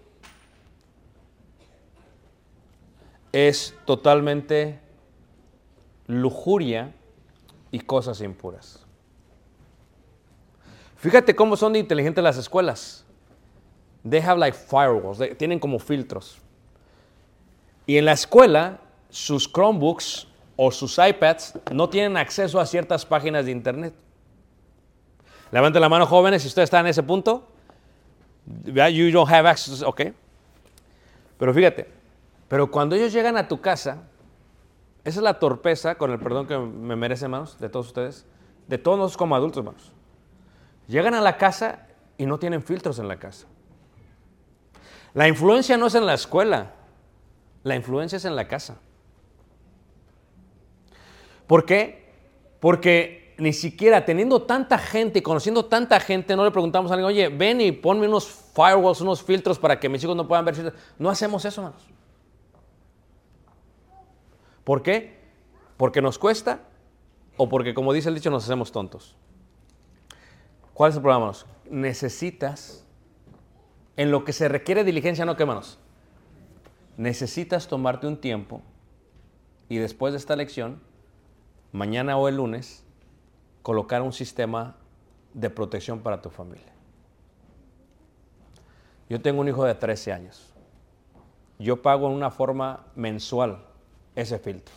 Speaker 4: es totalmente lujuria y cosas impuras. Fíjate cómo son de inteligentes las escuelas. They have like firewalls, they, tienen como filtros. Y en la escuela, sus Chromebooks o sus iPads no tienen acceso a ciertas páginas de internet. Levanten la mano, jóvenes, si ustedes están en ese punto. You don't have access, ok. Pero fíjate, pero cuando ellos llegan a tu casa, esa es la torpeza, con el perdón que me merece, hermanos, de todos ustedes, de todos nosotros como adultos, hermanos. Llegan a la casa y no tienen filtros en la casa. La influencia no es en la escuela, la influencia es en la casa. ¿Por qué? Porque ni siquiera teniendo tanta gente y conociendo tanta gente, no le preguntamos a alguien, oye, ven y ponme unos firewalls, unos filtros para que mis hijos no puedan ver. No hacemos eso, hermanos. ¿Por qué? ¿Porque nos cuesta o porque, como dice el dicho, nos hacemos tontos? ¿Cuál es el problema, hermanos? Necesitas, en lo que se requiere diligencia, no, ¿qué, hermanos? Necesitas tomarte un tiempo y después de esta lección, mañana o el lunes, colocar un sistema de protección para tu familia. Yo tengo un hijo de trece años. Yo pago en una forma mensual ese filtro.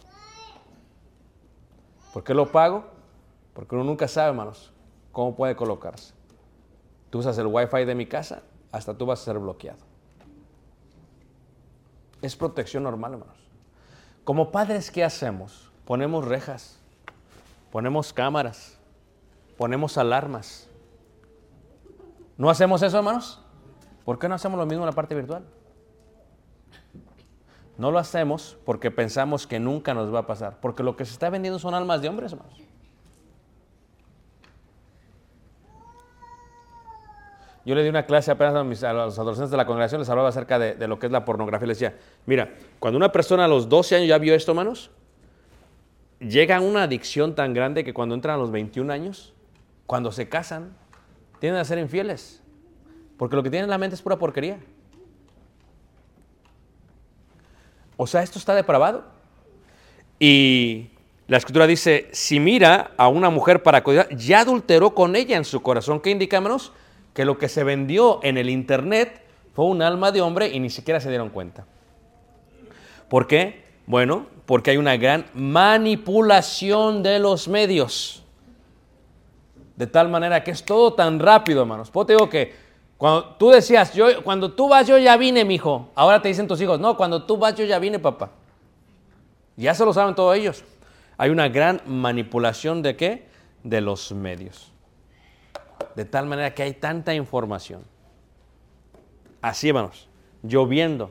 Speaker 4: ¿Por qué lo pago? Porque uno nunca sabe, hermanos, cómo puede colocarse. Tú usas el Wi-Fi de mi casa, hasta tú vas a ser bloqueado. Es protección normal, hermanos. Como padres, ¿qué hacemos? Ponemos rejas, ponemos cámaras, ponemos alarmas. ¿No hacemos eso, hermanos? ¿Por qué no hacemos lo mismo en la parte virtual? No lo hacemos porque pensamos que nunca nos va a pasar. Porque lo que se está vendiendo son almas de hombres, hermanos. Yo le di una clase apenas a, mis, a los adolescentes de la congregación, les hablaba acerca de, de lo que es la pornografía. Les decía, mira, cuando una persona a los doce años ya vio esto, hermanos, llega a una adicción tan grande que cuando entran a los veintiún años, cuando se casan, tienden a ser infieles. Porque lo que tienen en la mente es pura porquería. O sea, esto está depravado. Y la Escritura dice, si mira a una mujer para codiciar, ya adulteró con ella en su corazón. ¿Qué indica, hermanos? Que lo que se vendió en el internet fue un alma de hombre y ni siquiera se dieron cuenta. ¿Por qué? Bueno, porque hay una gran manipulación de los medios. De tal manera que es todo tan rápido, hermanos. Pues te digo que cuando tú decías, yo, cuando tú vas, yo ya vine, mijo. Ahora te dicen tus hijos, no, cuando tú vas, yo ya vine, papá. Ya se lo saben todos ellos. Hay una gran manipulación de ¿qué? De los medios. De tal manera que hay tanta información. Así, hermanos, lloviendo,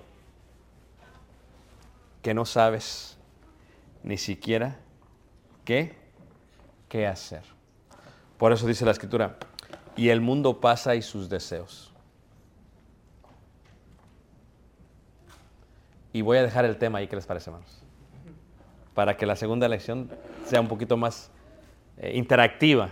Speaker 4: que no sabes ni siquiera qué, qué hacer. Por eso dice la Escritura, y el mundo pasa y sus deseos. y voy a dejar el tema ahí. ¿Qué les parece, hermanos? Para que la segunda lección sea un poquito más eh, interactiva.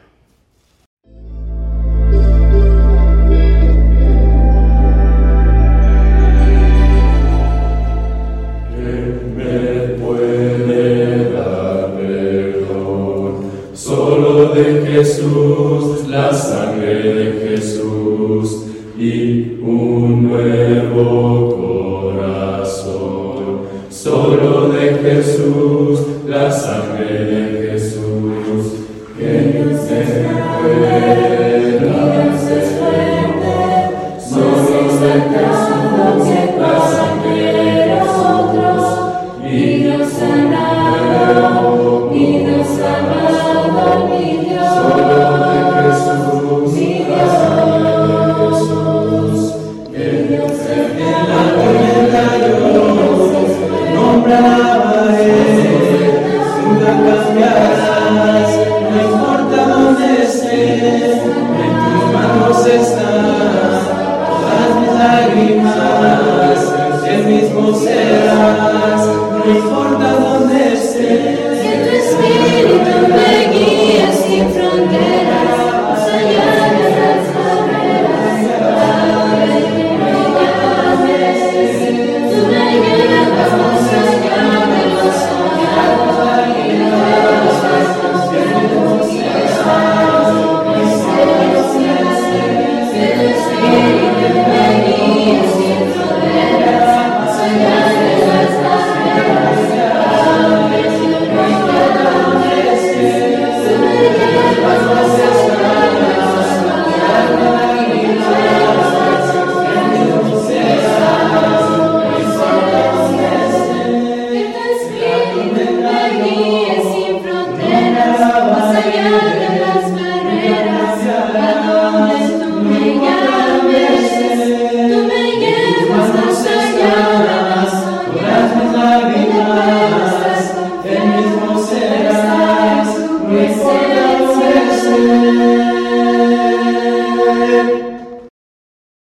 Speaker 1: Solo de Jesús, la sangre de Jesús y un nuevo corazón. Solo de Jesús, la sangre de